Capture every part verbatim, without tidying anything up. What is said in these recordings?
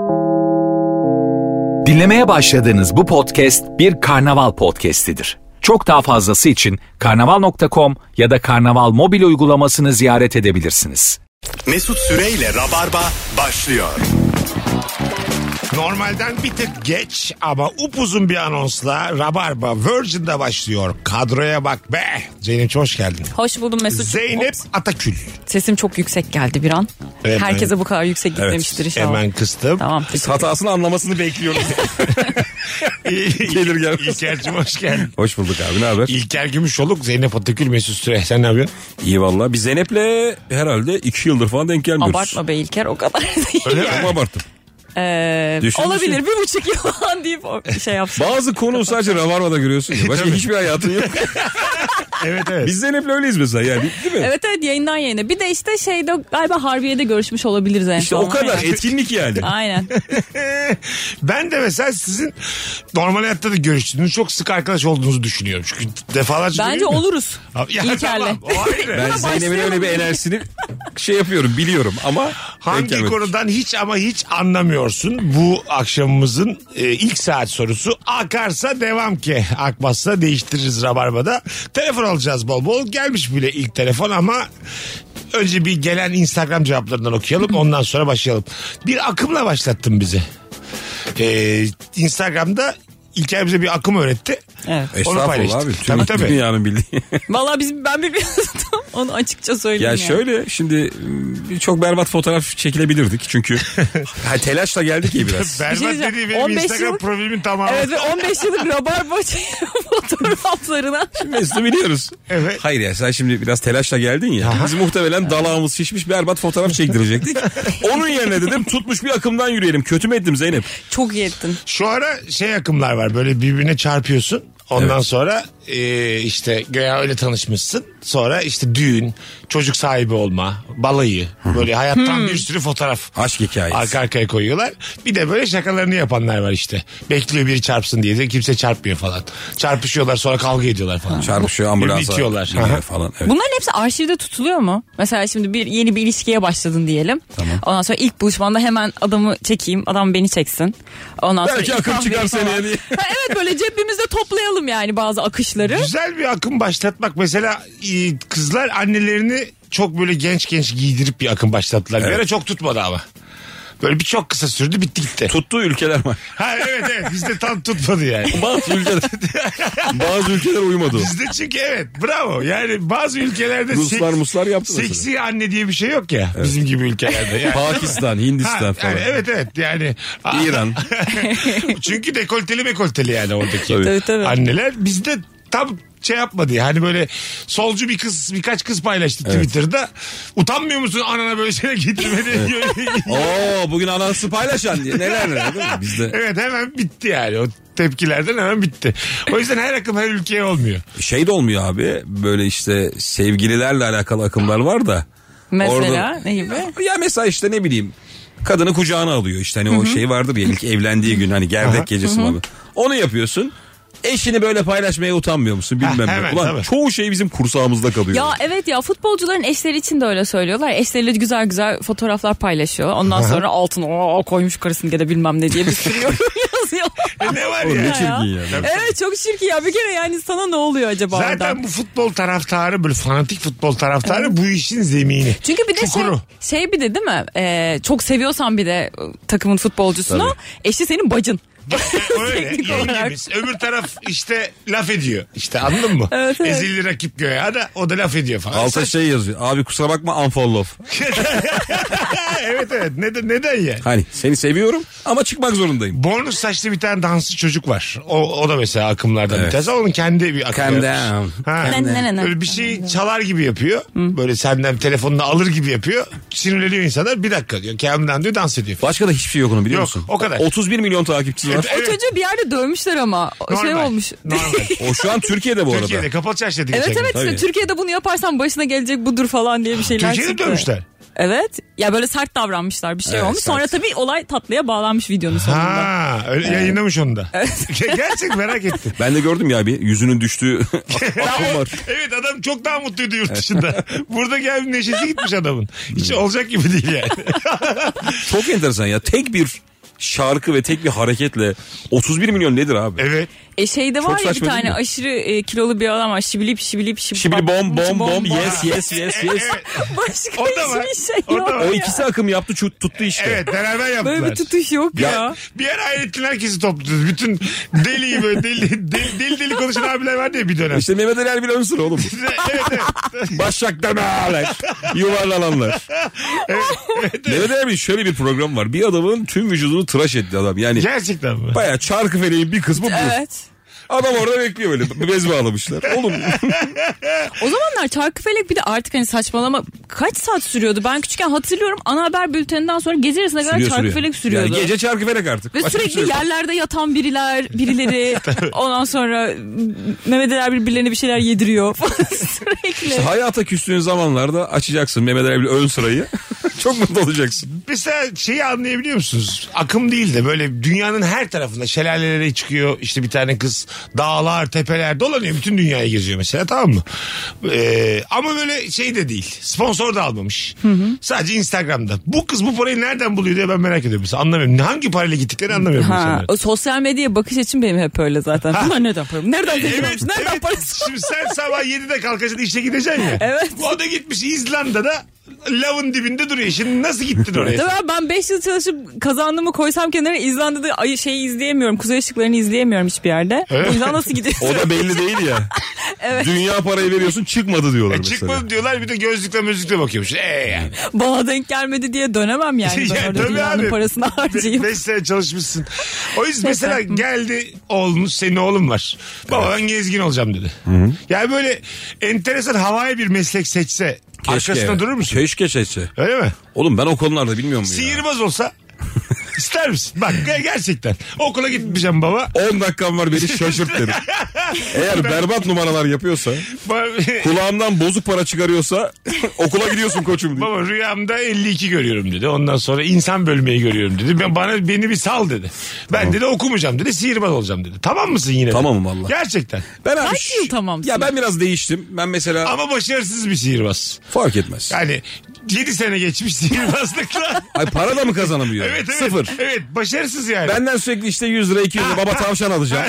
Dinlemeye başladığınız bu podcast bir karnaval podcastidir. Çok daha fazlası için karnaval nokta com ya da karnaval mobil uygulamasını ziyaret edebilirsiniz. Mesut Süreyle Rabarba başlıyor. Normalden bir tık geç ama upuzun bir anonsla Rabarba Virgin'de başlıyor. Kadroya bak be. Zeynep'ciğim hoş geldin. Hoş buldum Mesut. Zeynep Ops. Atakül. Sesim çok yüksek geldi bir an. Evet, Herkese evet. bu kadar yüksek gitmemiştir inşallah. Hemen kıstım. Tamam. Hatasını anlamasını bekliyoruz. Gelir gelmez. İlker'cim hoş geldin. Hoş bulduk abi, ne haber? İlker Gümüşoluk, Zeynep Atakül, Mesut Süre. Sen ne yapıyorsun? İyi valla. Biz Zeynep'le herhalde iki yıldır falan denk gelmiyoruz. Abartma be İlker, o kadar değil. Öyle mi? Ama abarttım. Ee, Düşün, olabilir düşün. bir buçuk yıl falan deyip o şey yapsın. Bazı konu sadece Rabarba'da görüyorsun ya. Başka Tabii. hiçbir hayatın yok. Evet evet. Biz Zeynep'le öyleyiz mesela yani, değil mi? Evet evet, yayından yayına. Bir de işte şeyde galiba Harbiye'de görüşmüş olabiliriz en İşte son. o kadar Yani. etkinlik yani. Aynen. Ben de mesela sizin normal hayatta da görüştüğünüz çok sık arkadaş olduğunuzu düşünüyorum. Çünkü defalarca Bence görüyorum ya. oluruz. Ya İlker'le. tamam, o ayrı. Ben Zeynep'in öyle bir enerjisini şey yapıyorum, biliyorum ama denk Hangi gelmedik. konudan hiç ama hiç anlamıyorsun? Bu akşamımızın e, ilk saat sorusu. Akarsa devam ki. Akmazsa değiştiririz Rabarba'da. Telefon alacağız bol bol. Gelmiş bile ilk telefon ama önce bir gelen Instagram cevaplarından okuyalım. Ondan sonra başlayalım. Bir akımla başlattın bizi. Ee, Instagram'da İlker bize bir akım öğretti. Evet. Onu Estağfurullah paylaştık. abi. Tabii, Tüm tabii. dünyanın bildiği. Vallahi biz, ben bilmiyordum. Onu açıkça söyleyeyim. Ya yani. şöyle, şimdi çok berbat fotoğraf çekilebilirdik. Çünkü ha, telaşla geldik ya biraz. Berbat Bir şey diyeceğim. dediği benim on beş Instagram yıllık- profilimin tamamı. Evet ve on beş yıllık Rabarba fotoğraflarına. Mesut'u biliyoruz. Evet. Hayır ya, sen şimdi biraz telaşla geldin ya. Biz muhtemelen dalağımız şişmiş berbat fotoğraf çektirecektik. Onun yerine dedim tutmuş bir akımdan yürüyelim. Kötü mü ettim Zeynep? Çok iyi ettin. Şu ara şey akımlar var, böyle birbirine çarpıyorsun. Ondan Evet. sonra e, işte göya öyle tanışmışsın. Sonra işte düğün, çocuk sahibi olma, balayı. Böyle hayattan bir sürü fotoğraf. Aşk hikayesi. Arka arkaya koyuyorlar. Bir de böyle şakalarını yapanlar var işte. Bekliyor biri çarpsın diye de kimse çarpmıyor falan. Çarpışıyorlar, sonra kavga ediyorlar falan. Çarpışıyor, ambulansa Bitiyorlar. gidiyor Aha. falan. Evet. Bunların hepsi arşivde tutuluyor mu? Mesela şimdi bir yeni bir ilişkiye başladın diyelim. Tamam. Ondan sonra ilk buluşmanda hemen adamı çekeyim, adam beni çeksin. Ondan sonra Belki ilk akım kahveyi çıkar falan. seneye diye. Ha, evet, böyle cebimizde toplayalım yani bazı akışları. Güzel bir akım başlatmak. Mesela e, kızlar annelerini çok böyle genç genç giydirip bir akım başlattılar. Bir Evet. ara çok tutmadı ama. Böyle bir çok kısa sürdü, bitti gitti. Tuttuğu ülkeler var. Ha evet evet, bizde tam tutmadı yani. Bazı ülkeler bazı ülkeler uymadı o. Bizde çünkü evet, bravo. Yani bazı ülkelerde Ruslar sek- muslar yaptı mesela. seksi anne diye bir şey yok ya bizim gibi ülkelerde. Yani. Pakistan, Hindistan Ha, falan. yani evet evet yani. İran. Çünkü dekolteli mekolteli yani oradaki Tabii, tabii. anneler. Bizde tam şey yapmadı ya. Hani böyle solcu bir kız, birkaç kız paylaştı Evet. Twitter'da. Utanmıyor musun anana böyle şeyler getirmedi? Oo, bugün anası paylaşan diye neler neler değil mi? Bizde Evet, hemen bitti yani. O tepkilerden hemen bitti. O yüzden her akım her ülkeye olmuyor. şey de olmuyor abi. Böyle işte sevgililerle alakalı akımlar var da. Mesela Orada- ne gibi? Ya mesela işte ne bileyim, kadını kucağına alıyor işte, hani o şey vardır ya, ilk evlendiği gün hani gerdek gecesi abi. Onu yapıyorsun. Eşini böyle paylaşmaya utanmıyor musun bilmem Ha, ne. hemen, Ulan tabii. çoğu şey bizim kursağımızda kalıyor. Ya evet ya, futbolcuların eşleri için de öyle söylüyorlar. Eşleriyle güzel güzel fotoğraflar paylaşıyor. Ondan sonra altına o koymuş karısını ya da bilmem ne diye bir sürü yorum yazıyor. E ne var Oğlum ya? ne çirkin ya. Evet, çok çirkin ya. Bir kere yani sana ne oluyor acaba Zaten oradan? bu futbol taraftarı, böyle fanatik futbol taraftarı bu işin zemini. Çünkü bir de şey, Çukuru. şey bir de değil mi? Ee, çok seviyorsan bir de e, takımın futbolcusunu, eşi senin bacın. Öyle Teknik olarak. yengemiz. Öbür taraf işte laf ediyor. İşte anladın mı? Evet, evet. Ezildi rakip göğe da o da laf ediyor falan. Alta şey yazıyor. Abi kusura bakma, unfollow. Evet evet. Neden, neden ya? Hani seni seviyorum ama çıkmak zorundayım. Bonus saçlı bir tane dansçı çocuk var. O, o da mesela akımlardan bir Evet. tanesi. Onun kendi bir akımı. Calm yapmış. down. Ha. Ne, ne, ne, ne? Böyle bir şey çalar gibi yapıyor. Böyle senden telefonunu alır gibi yapıyor. Sinirleniyor insanlar. Bir dakika diyor. Calm down diyor, dans ediyor. Başka da hiçbir şey yok onun, biliyor Yok, musun? o kadar. otuz bir milyon takipçisi var. Evet. O çocuğu bir yerde dövmüşler ama. O Şey Normal. olmuş. Normal. O şu an Türkiye'de bu arada. Türkiye'de kapalı çarşıda Evet geçen evet, gün. işte Tabii. Türkiye'de bunu yaparsan başına gelecek budur falan diye bir şeyler Türkiye'de çıktı. dövmüşler. Evet. Ya böyle sert davranmışlar, bir şey Evet, olmuş. sert. Sonra tabii olay tatlıya bağlanmış videonun sonunda. Ha, öyle yayınlamış onu da. Gerçek merak ettim. Ben de gördüm ya, bir yüzünün düştüğü akım var. Evet, adam çok daha mutluydu yurt dışında. Burada gelmiş, neşesi gitmiş adamın. Hiç olacak gibi değil yani. Çok enteresan ya. Tek bir şarkı ve tek bir hareketle otuz bir milyon nedir abi? Evet. E şeyde Çok var ya bir saçma değil tane mi? aşırı e, kilolu bir adam var. Şibilip şibilip şibilip. Şimdi bom bom bom yes yes yes yes. Başka O da var. hiçbir şey O da yok. var. O ya. ikisi akım yaptı çut- tuttu işte. Evet beraber yaptılar. Böyle bir tutuş yok ya. Ya- Bir ara Hayrettin herkesi topladı. Bütün deliyi böyle deli deli deli, deli konuşan abiler vardı ya bir dönem. İşte Mehmet Ali Erbil ön sıra oğlum. evet evet. Başak dönerler. Yuvarlananlar. Mehmet Ali Erbil şöyle bir program var. Bir adamın tüm vücudunu tıraş etti adam. Yani Gerçekten mi? bayağı Çarkıfele'nin bir kısmı bu. Evet. Adam orada bekliyor böyle. Bir bez bağlamışlar. Oğlum O zamanlar Çarkıfelek bir de artık hani saçmalama kaç saat sürüyordu? Ben küçükken hatırlıyorum ana haber bülteninden sonra gece yarısına kadar sürüyor Çarkıfelek sürüyor. sürüyordu. Yani gece Çarkıfelek artık. Ve Başka bir sürekli şey yok. yerlerde yatan biriler, birileri ondan sonra Mehmet Ali Erbil birilerine bir şeyler yediriyor falan sürekli. İşte hayata küstüğün zamanlarda açacaksın Mehmet Ali Erbil ön sırayı. Çok mutlu olacaksın. Mesela şeyi anlayabiliyor musunuz? Akım değil de böyle dünyanın her tarafında şelalelere çıkıyor. İşte bir tane kız dağlar, tepeler dolanıyor. Bütün dünyayı geziyor mesela, tamam mı? Ee, ama böyle şey de değil. Sponsor da almamış. Hı hı. Sadece Instagram'da. Bu kız bu parayı nereden buluyor diye ben merak ediyorum. Mesela anlamıyorum. Hangi parayla gittiklerini anlamıyorum. Ha, o sosyal medyaya bakış açım benim hep öyle zaten. Bunlar nereden para? Nereden zengin Evet, olmuş? Nereden evet. parası? Şimdi sen sabah yedide kalkacaksın, işe gideceksin ya. Evet. O da gitmiş İzlanda'da lavın dibinde duruyor. Şimdi nasıl gittin oraya? Tabii ben beş yıl çalışıp kazandığımı koysam kenara İzlanda'da ay şeyi izleyemiyorum. Kuzey ışıklarını izleyemiyorum hiçbir yerde. O yüzden nasıl gidiyorsun? O da belli değil ya. Evet. Dünya parayı veriyorsun çıkmadı diyorlar E, mesela. çıkmadı diyorlar, bir de gözlükle gözlükle bakıyormuş. Eee yani. Bana denk gelmedi diye dönemem yani. Ben Ya orada tabii dünyanın abi. parasını harcayayım. Beş sene çalışmışsın. O yüzden mesela geldi oğlunuz, senin oğlun var. Baba ben gezgin olacağım dedi. Hı-hı. Yani böyle enteresan havai bir meslek seçse arkasında durur musun? Keşke seçse. Öyle mi? Oğlum ben o konularda bilmiyorum ya. Sihirbaz olsa ister misin? Bak gerçekten. Okula gitmeyeceğim baba. on dakikam var beni şaşırt derim. Eğer berbat numaralar yapıyorsa, kulağımdan bozuk para çıkarıyorsa okula gidiyorsun koçum diye. Baba rüyamda elli iki görüyorum dedi. Ondan sonra insan bölmeyi görüyorum dedi. Ben, bana beni bir sal dedi. Ben tamam. dedi okumayacağım dedi. Sihirbaz olacağım dedi. Tamam mısın yine? Tamamım valla. Gerçekten. Ben abi, Kaç yıl tamamsın? Ya ben biraz değiştim. Ben mesela... Ama başarısız bir sihirbaz. Fark etmez. Yani yedi sene geçmiş sihirbazlıkla. Ay para da mı kazanamıyor? Evet evet. Sıfır. Evet başarısız yani. Benden sürekli işte yüz lira iki yüz lira baba tavşan alacağım.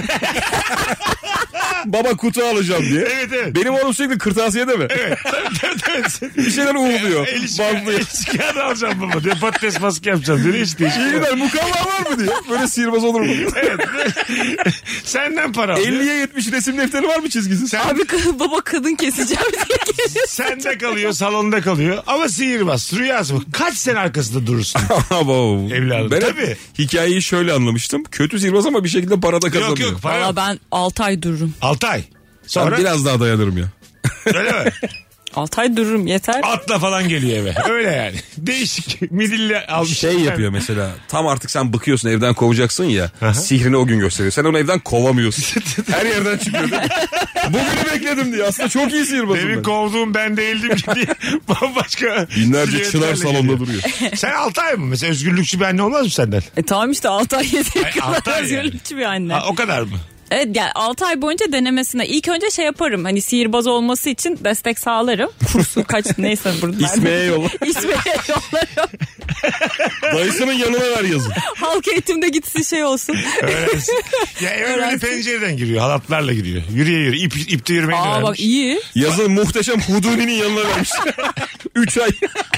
Baba kutu alacağım diye. Evet evet. Benim oğlum sürekli kırtasiye de mi? Evet. Tabii, tabii, tabii. Bir şeyler uğurluyor. El işi- Bantlıyor. el işi kağıdı alacağım baba diyor. Patates baskı yapacağım diyor. Hiç değişik. İyi gider mukavva var mı diye. Böyle sihirbaz olur mu? Evet. Senden para alıyor. elliye yetmiş resim defteri var mı çizgisi? Sen, Abi baba kadın keseceğim diye geliyor. sende kalıyor, salonda kalıyor. Ama sihirbaz. Rüyası bu. Kaç sene arkasında durursun? Wow. Evladım, Ben tabii. hep hikayeyi şöyle anlamıştım. Kötü sihirbaz ama bir şekilde para da kazanıyor. Yok yok. Para Valla yok. ben altı ay dururum. altı ay. Sonra Ben biraz daha dayanırım ya. öyle mi? altı ay dururum yeter. Atla falan geliyor eve. Öyle yani. Değişik. Midilli almış. Şey yapıyor mesela. Tam artık sen bıkıyorsun evden kovacaksın ya. Sihrini o gün gösteriyor. Sen onu evden kovamıyorsun. Her yerden çıkıyor değil mi? Bugünü bekledim diye. Aslında çok iyi sihirbazım Demin ben. kovduğum ben değildim ki diye bambaşka. Binlerce silüetlerle çınar salonda geliyor. duruyor. Sen altı ay mı? Mesela özgürlükçü bir anne olmaz mı senden? E tamam işte altı ay yediye Ay, altı kadar ay yani. özgürlükçü bir anne. Ha, o kadar mı? Evet yani altı ay boyunca denemesine ilk önce şey yaparım hani sihirbaz olması için destek sağlarım. Kursu kaç neyse burada. İsme'ye yolla. İsme'ye yollarım. Dayısının yanına ver yazın. Halk eğitimde gitsin şey olsun. Öğrensin. Ya eve böyle Öğrensin. pencereden giriyor. Halatlarla giriyor. Yürüye yürü. İp, ipte yürümeyi de Aa bak öğrenmiş. iyi. Yazın muhteşem Huduni'nin yanına vermiş. Üç ay.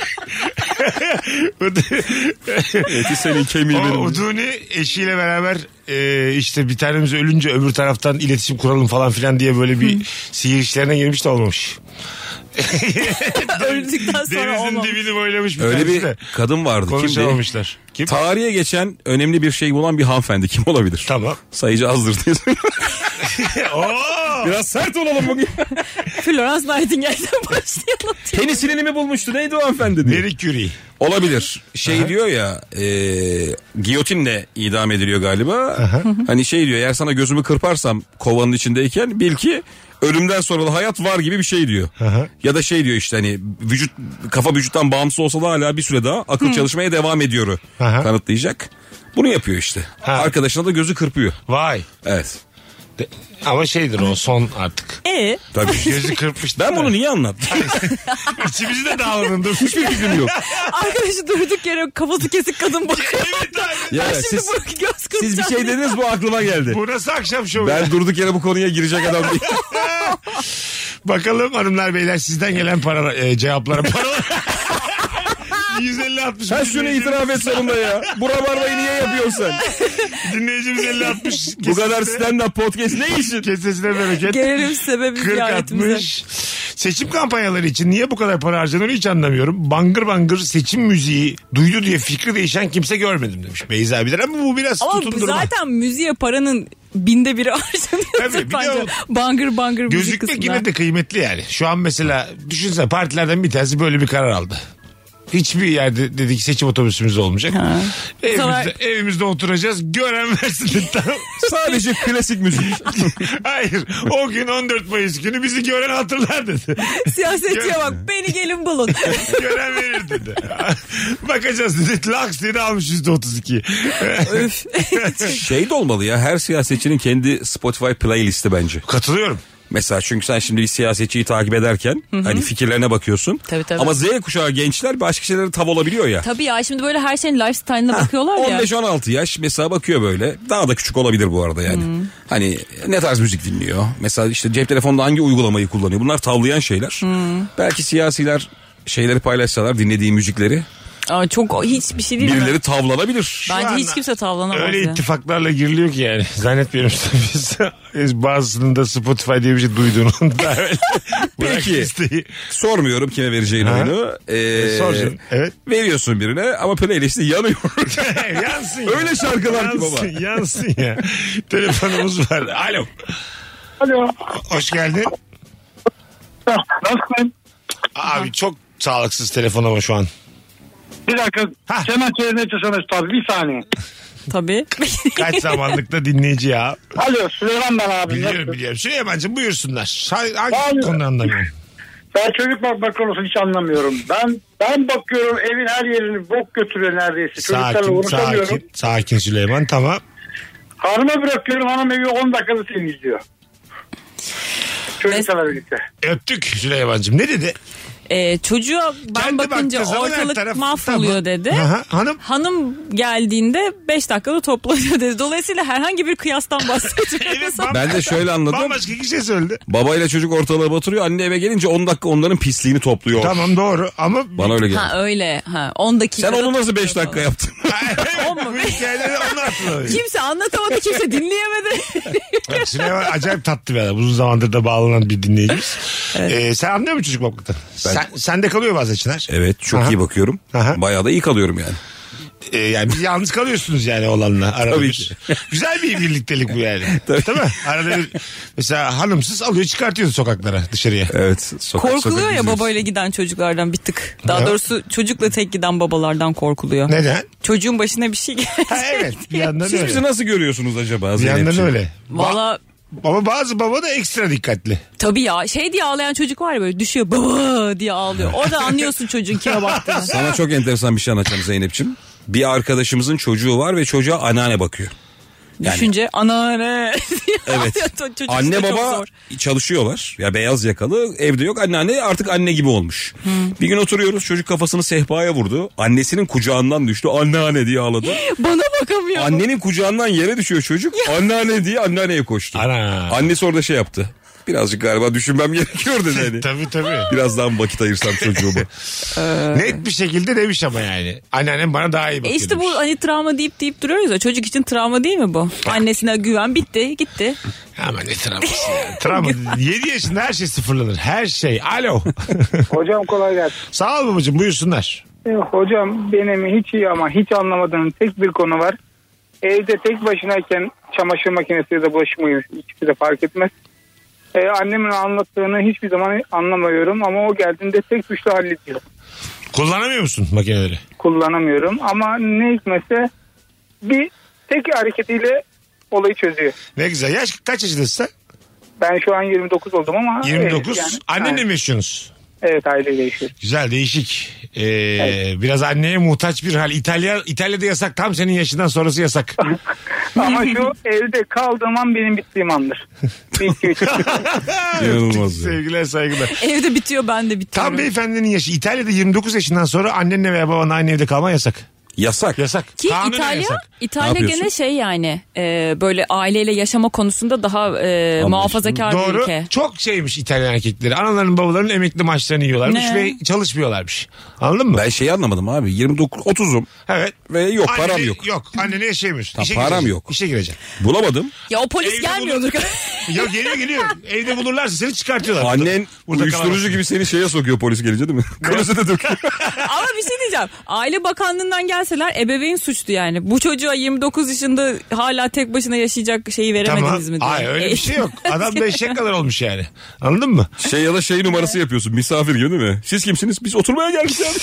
Eti senin kemiği O benim. Uduni eşiyle beraber e, işte bir tanemiz ölünce öbür taraftan iletişim kuralım falan filan diye böyle bir sihir işlerine girmiş de olmamış. Öldükten sonra Denizin olmamış. dibini boylamış bir Öyle tanesi bir de. kadın vardı. Kimdi? Konuşamamışlar. Kim? Tarihe geçen önemli bir şey bulan bir hanımefendi. Kim olabilir? Tamam. Sayıcı azdır diye söylüyorum. Oo! Biraz sert olalım bugün. Florence Nightingale'den başlayalım. Penisilini mi bulmuştu? Neydi o hanımefendi diye. Marie Curie. Olabilir. Şey Aha. diyor ya e, giyotinle idam ediliyor galiba. Hani şey diyor eğer sana gözümü kırparsam kovanın içindeyken bil ki ölümden sonra da hayat var gibi bir şey diyor. Aha. Ya da şey diyor işte hani vücut kafa vücuttan bağımsız olsa da hala bir süre daha akıl çalışmaya devam ediyor Aha. kanıtlayacak. Bunu yapıyor işte. Ha. Arkadaşına da gözü kırpıyor. Vay. Evet. De- Ama şeydir o son artık. E Tabii. Gözü kırpmıştı. Ben bunu niye anlattım? İçimizi de dağılalım. Dur. Hiçbir fikrim yok. arkadaşı durduk yere kafası kesik kadın bakıyor. Evet abi. Ya Ben şimdi siz, bu göz siz bir kırpacağım şey diye. dediniz bu aklıma geldi. Bu nasıl akşam şovu? Ben durduk yere bu konuya girecek adam değilim. Bakalım hanımlar beyler sizden gelen para e, cevaplara paralar. yüz elli altmış. Sen şunu itiraf et sonunda ya. Bu rabarbayı niye yapıyorsun sen? Dinleyicimiz elli altmış. Bu kadar stand-up podcast ne işin? Kesesine bereket. Gelelim sebebi kırk ziyaretimize. altmış. Seçim kampanyaları için niye bu kadar para harcanır hiç anlamıyorum. Bangır bangır seçim müziği duydu diye fikri değişen kimse görmedim demiş Beyza bilir ama bu biraz Ama tutundurma. zaten müziğe paranın binde biri Tabii, harcanıyor bir de bence. o- Bangır bangır müzik Gözükmek kısmına. yine de kıymetli yani. Şu an mesela düşünsene partilerden bir tanesi böyle bir karar aldı. Hiçbir yerde dedik seçim otobüsümüz olmayacak. Evimizde, sefer- evimizde oturacağız. Gören versin dedi. Tamam. Sadece klasik müzik. Hayır. O gün on dört Mayıs günü bizi gören hatırlar dedi. Siyasetçiye bak beni gelin bulun. Gören verir dedi. Bakacağız dedi. Laks dedi almış yüzde otuz iki. Öf. Şey de olmalı ya, her siyasetçinin kendi Spotify playlisti bence. Katılıyorum. Mesela çünkü sen şimdi bir siyasetçiyi takip ederken hani fikirlerine bakıyorsun. Tabii, tabii. Ama Z kuşağı gençler başka şeylere tav olabiliyor ya. Tabii ya şimdi böyle her şeyin lifestyle'ına bakıyorlar ya. on beş on altı yaş mesela bakıyor böyle. Daha da küçük olabilir bu arada yani. Hani ne tarz müzik dinliyor? Mesela işte cep telefonunda hangi uygulamayı kullanıyor? Bunlar tavlayan şeyler. Belki siyasiler şeyleri paylaşsalar, dinlediği müzikleri, Aa, çok hiçbir şey değil mi? birileri tavlanabilir. Bence anda hiç kimse tavlanamaz Öyle ya. ittifaklarla giriliyor ki yani. Zannetmiyorum işte biz bazısının da Spotify diye bir şey duyduğunu da öyle. Bırak Peki. listeyi. Sormuyorum kime vereceğini Ha? oyunu. Ee, Sor canım, evet. Veriyorsun birine ama playlisti yanıyor. Yansın ya. Öyle şarkılar ki baba. Yansın, yansın ya. Telefonumuz var. Alo. Alo. Hoş geldin. Nasılsın? Abi çok sağlıksız telefon ama şu an. Bir dakika. Hah. Hemen söylemeye çalışıyorsunuz tabii. Bir saniye. Tabii. Kaç zamanlık da dinleyici ya. Alo Süleyman ben abi. Biliyorum Nasılsın? biliyorum. Süleyman'cığım buyursunlar. Hangi Abi. konuda anlamıyorum? Ben çocuk bakma konusunu hiç anlamıyorum. Ben ben bakıyorum evin her yerini bok götürüyor neredeyse. Çocuklarla Sakin, uğraşamıyorum. sakin, sakin Süleyman tamam. Hanıma bırakıyorum, hanım evi on dakikada temizliyor. Çocuklarla birlikte. Öptük Süleyman'cığım. Ne dedi? Ee, çocuğa ben Kendi bakınca baktığı zaman her ortalık taraf- mahvoluyor Tamam. dedi. Aha, hanım. Hanım geldiğinde beş dakikada toplanıyor dedi. Dolayısıyla herhangi bir kıyastan Evet, bahsediyoruz. bam- Ben de şöyle anladım. Bambaşka iki şey söyledi. Babayla çocuk ortalığa batırıyor. Anne eve gelince on dakika onların pisliğini topluyor. Tamam doğru ama Bana öyle geldi. Ha öyle. Ha on dakika. Sen onu nasıl beş dakika yaptın? On mu? bu hikayeleri onu hatırlamıyor. Kimse anlatamadı, kimse dinleyemedi. Bak, Süleyman acayip tatlı bir adam. Uzun zamandır da bağlanan bir dinleyicimiz. Ee, sen anlıyor musun çocuk bakmaktan? Sen, sende kalıyor bazı Çınar. Evet, çok Aha. iyi bakıyorum. Aha. Bayağı da iyi kalıyorum yani. Ee, yani biz yalnız kalıyorsunuz yani oğlanla arada Tabii bir. ki. Güzel bir birliktelik bu yani. Tabii. Değil mi? Arada bir mesela hanımsız alıyor çıkartıyor sokaklara dışarıya. Evet. Sokak, Korkuluyor sokak ya geziyoruz. babayla giden çocuklardan bir tık. Daha Ne? doğrusu çocukla tek giden babalardan korkuluyor. Neden? Çocuğun başına bir şey gelecek. Ha, evet bir yandan Siz öyle. bizi nasıl görüyorsunuz acaba? Bir Zeynepciğim? yandan öyle. Valla Ama bazı baba da ekstra dikkatli. tabii ya şey diye ağlayan çocuk var ya, böyle düşüyor baba diye ağlıyor. Orada anlıyorsun çocuğun kime baktığını. Sana çok enteresan bir şey anlatacağım Zeynep'ciğim. Bir arkadaşımızın çocuğu var ve çocuğa anneanne bakıyor. Yani- Düşünce ana ne? Evet. Çocuk işte Anne çok baba zor. çalışıyorlar. Ya beyaz yakalı, evde yok. Anneanne artık anne gibi olmuş. Bir gün oturuyoruz, çocuk kafasını sehpaya vurdu. Annesinin kucağından düştü. Anneanne diye ağladı. Bana bakamıyor. Annenin kucağından yere düşüyor çocuk. Anneanne diye anneanneye koştu. Ana. Annesi orada şey yaptı. Birazcık galiba düşünmem gerekiyor dedi hani. Tabii tabii. Biraz daha mı vakit ayırsam çocuğuma. Net bir şekilde demiş ama yani. Anneannem bana daha iyi E bakıyor işte bu demiş. hani travma deyip deyip duruyoruz ya, çocuk için travma değil mi bu? Annesine güven bitti gitti. Ama ne travması ya. Travma. yedi yaşında her şey sıfırlanır. Her şey. Alo. Hocam kolay gelsin. Sağ ol babacığım buyursunlar. E, hocam benim hiç iyi ama hiç anlamadığım tek bir konu var. Evde tek başınayken çamaşır makinesi ya da bulaşık makinesi, ikisi de fark etmez. E, annemin anlattığını hiçbir zaman anlamıyorum ama o geldiğinde tek tuşla hallediyor. Kullanamıyor musun makineleri? Kullanamıyorum ama ne hikmetse bir tek hareketiyle olayı çözüyor. Ne güzel. Yaş kaç yaşındasın sen? Ben şu an yirmi dokuz oldum ama. yirmi dokuz. Evet, yani- Annenle evet. mi yaşıyorsunuz? Evet, aileyle yaşıyoruz. Güzel değişik. Ee, Biraz anneye muhtaç bir hal. İtalya İtalya'da yasak, tam senin yaşından sonrası yasak. Ama şu evde kaldığım an benim bittiğim andır. Bir, iki, üç. İnanılmaz ya. Sevgiler saygılar. Evde bitiyor, ben de bitiyorum. Tam beyefendinin yaşı. İtalya'da yirmi dokuz yaşından sonra annenle veya babanla aynı evde kalman yasak. Yasak. Yasak. Ki Kanunen İtalya yasak. Ne İtalya yapıyorsun? gene şey yani e, böyle aileyle yaşama konusunda daha e, muhafazakar bir Doğru. ülke. Çok şeymiş İtalyan erkekleri. Analarının babalarının emekli maaşlarını yiyorlarmış Ne? ve çalışmıyorlarmış. Anladın mı? Ben şeyi anlamadım abi. yirmi dokuz otuzum Evet. ve yok Annene- param yok. Yok. Annene yaşayamıyorsun. Tamam, İşe param gireceksin. yok. İşe gireceksin. Bulamadım. Ya o polis Evde gelmiyordur. Yok geliyor geliyor. Evde bulurlarsa seni çıkartıyorlar. Annen Burada uyuşturucu kalamazsın. gibi seni şeye sokuyor polis gelince değil mi? Klozete döküyor. Ama bir şey diyeceğim. Aile Bakanlığı'ndan gelseler ebeveyn suçlu yani. Bu çocuğa yirmi dokuz yaşında hala tek başına yaşayacak şeyi veremediniz Tamam. mi diye. Hayır öyle bir şey yok. Adam da eşek kadar olmuş yani. Anladın mı? Şey ya da şey numarası yapıyorsun. Misafir gibi değil mi? Siz kimsiniz? Biz oturmaya geldik yani.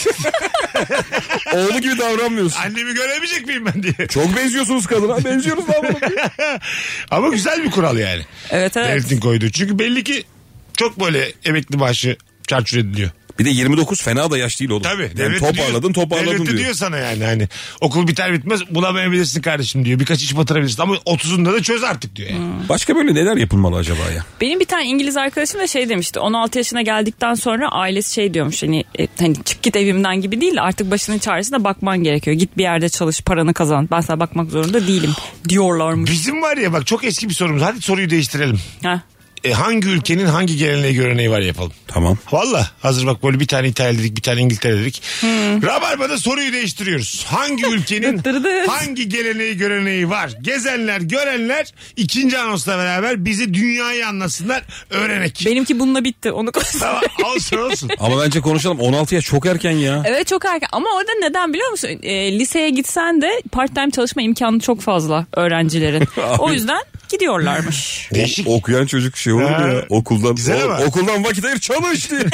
Oğlu gibi davranmıyorsun. Annemi göremeyecek miyim ben diye. Çok benziyorsunuz kadına. Benziyoruz da ama. Ama güzel bir kural yani. Evet evet. Devletin koyduğu. Çünkü belli ki çok böyle emekli maaşı çarçur ediliyor. Bir de yirmi dokuz fena da yaş değil oğlum. Tabii. Yani devlet toparladın diyor, toparladın devlet de diyor. diyor sana yani hani okul biter bitmez bulamayabilirsin kardeşim diyor. Birkaç iş batırabilirsin ama otuzunda da çöz artık diyor yani. Başka böyle neler yapılmalı acaba ya? Benim bir tane İngiliz arkadaşım da şey demişti. on altı yaşına geldikten sonra ailesi şey diyormuş. Hani, e, hani çık git evimden gibi değil de artık başının çaresine bakman gerekiyor. Git bir yerde çalış, paranı kazan. Ben sana bakmak zorunda değilim diyorlarmış. Bizim var ya bak çok eski bir sorumuz. Hadi soruyu değiştirelim. Ha. E, hangi ülkenin hangi geleneği göreneği var yapalım. Tamam. Valla hazır bak böyle bir tane İtalya dedik bir tane İngiltere dedik. Hmm. Rabarba'da soruyu değiştiriyoruz. Hangi ülkenin Dıttırdı. hangi geleneği göreneği var? Gezenler görenler ikinci anonsla beraber bizi dünyayı anlasınlar öğrenek. Benimki bununla bitti. Onu Tamam olsun olsun. Ama bence konuşalım. on altıya çok erken ya. Evet çok erken ama orada neden biliyor musun? E, liseye gitsen de part time çalışma imkanı çok fazla öğrencilerin. O yüzden gidiyorlarmış. Değişik. O- okuyan çocuk şey olur mu Ha. ya? Okuldan, Güzel o- ama. okuldan vakit ayır çalış diye.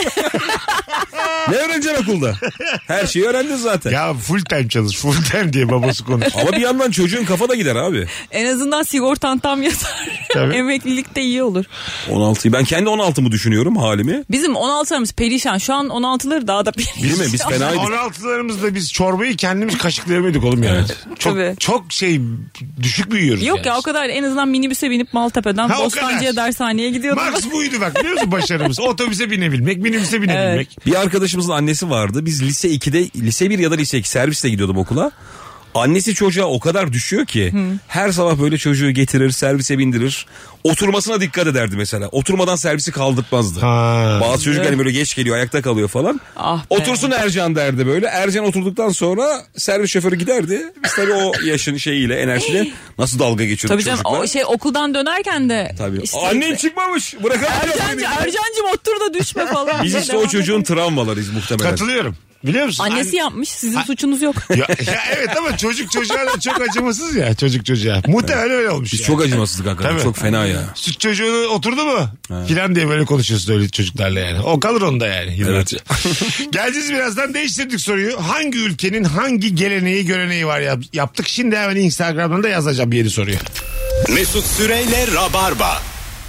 Ne öğreneceksin okulda? Her şeyi öğrendin zaten. Ya full time çalış full time diye babası konuşuyor. Ama bir yandan çocuğun kafa da gider abi. En azından sigortan tam yatar. Tabii. Emeklilikte iyi olur. on altıyı ben kendi on altımı düşünüyorum halimi. Bizim on altılarımız perişan. Şu on on altıları daha da perişan. Değil mi? Biz fenaydık. on altılarımızda biz çorbayı kendimiz kaşıklayamıyorduk oğlum yani. Çok Tabii. çok şey düşük büyüyoruz Yok yani. ya o kadar en azından minibüse binip Maltepe'den Ha, o Bostancı'ya kadar. dershaneye gidiyordum. Max buydu bak biliyor musun başarımız? Otobüse binebilmek, minibüse binebilmek. Bir arkadaşımızın annesi vardı. Biz lise ikide, lise bir ya da lise iki servisle gidiyordum okula. Annesi çocuğa o kadar düşüyor ki her sabah böyle çocuğu getirir, servise bindirir. Oturmasına dikkat ederdi mesela. Oturmadan servisi kaldırtmazdı. Ha. Bazı çocuk hani böyle geç geliyor, ayakta kalıyor falan. Ah be. Otursun Ercan derdi böyle. Ercan oturduktan sonra servis şoförü giderdi. Biz tabii o yaşın şeyiyle, enerjiyle nasıl dalga geçiyorduk Tabii canım çocukla. o şey okuldan dönerken de. Tabii. işte- Annem çıkmamış. Bırakalım. Ercancı, Ercancım otur da düşme falan. Biz işte o Devam çocuğun edelim. travmalarıyız muhtemelen. Katılıyorum. Biliyor musun? Annesi yapmış sizin suçunuz yok. Ya, ya evet ama çocuk çocuğa da çok acımasız ya çocuk çocuğa. Muhtemelen öyle olmuş Biz yani. çok acımasızdık hakikaten. Tabii. Çok fena ya. Süt çocuğunu oturdu mu? Filan diye böyle konuşuyorsun öyle çocuklarla yani. O kalır onda yani. Yıllarca. Geleceğiz birazdan değiştirdik soruyu. Hangi ülkenin hangi geleneği göreneği var yap- yaptık. Şimdi hemen Instagram'dan da yazacağım yeni soruyu. Mesut Süreyle Rabarba.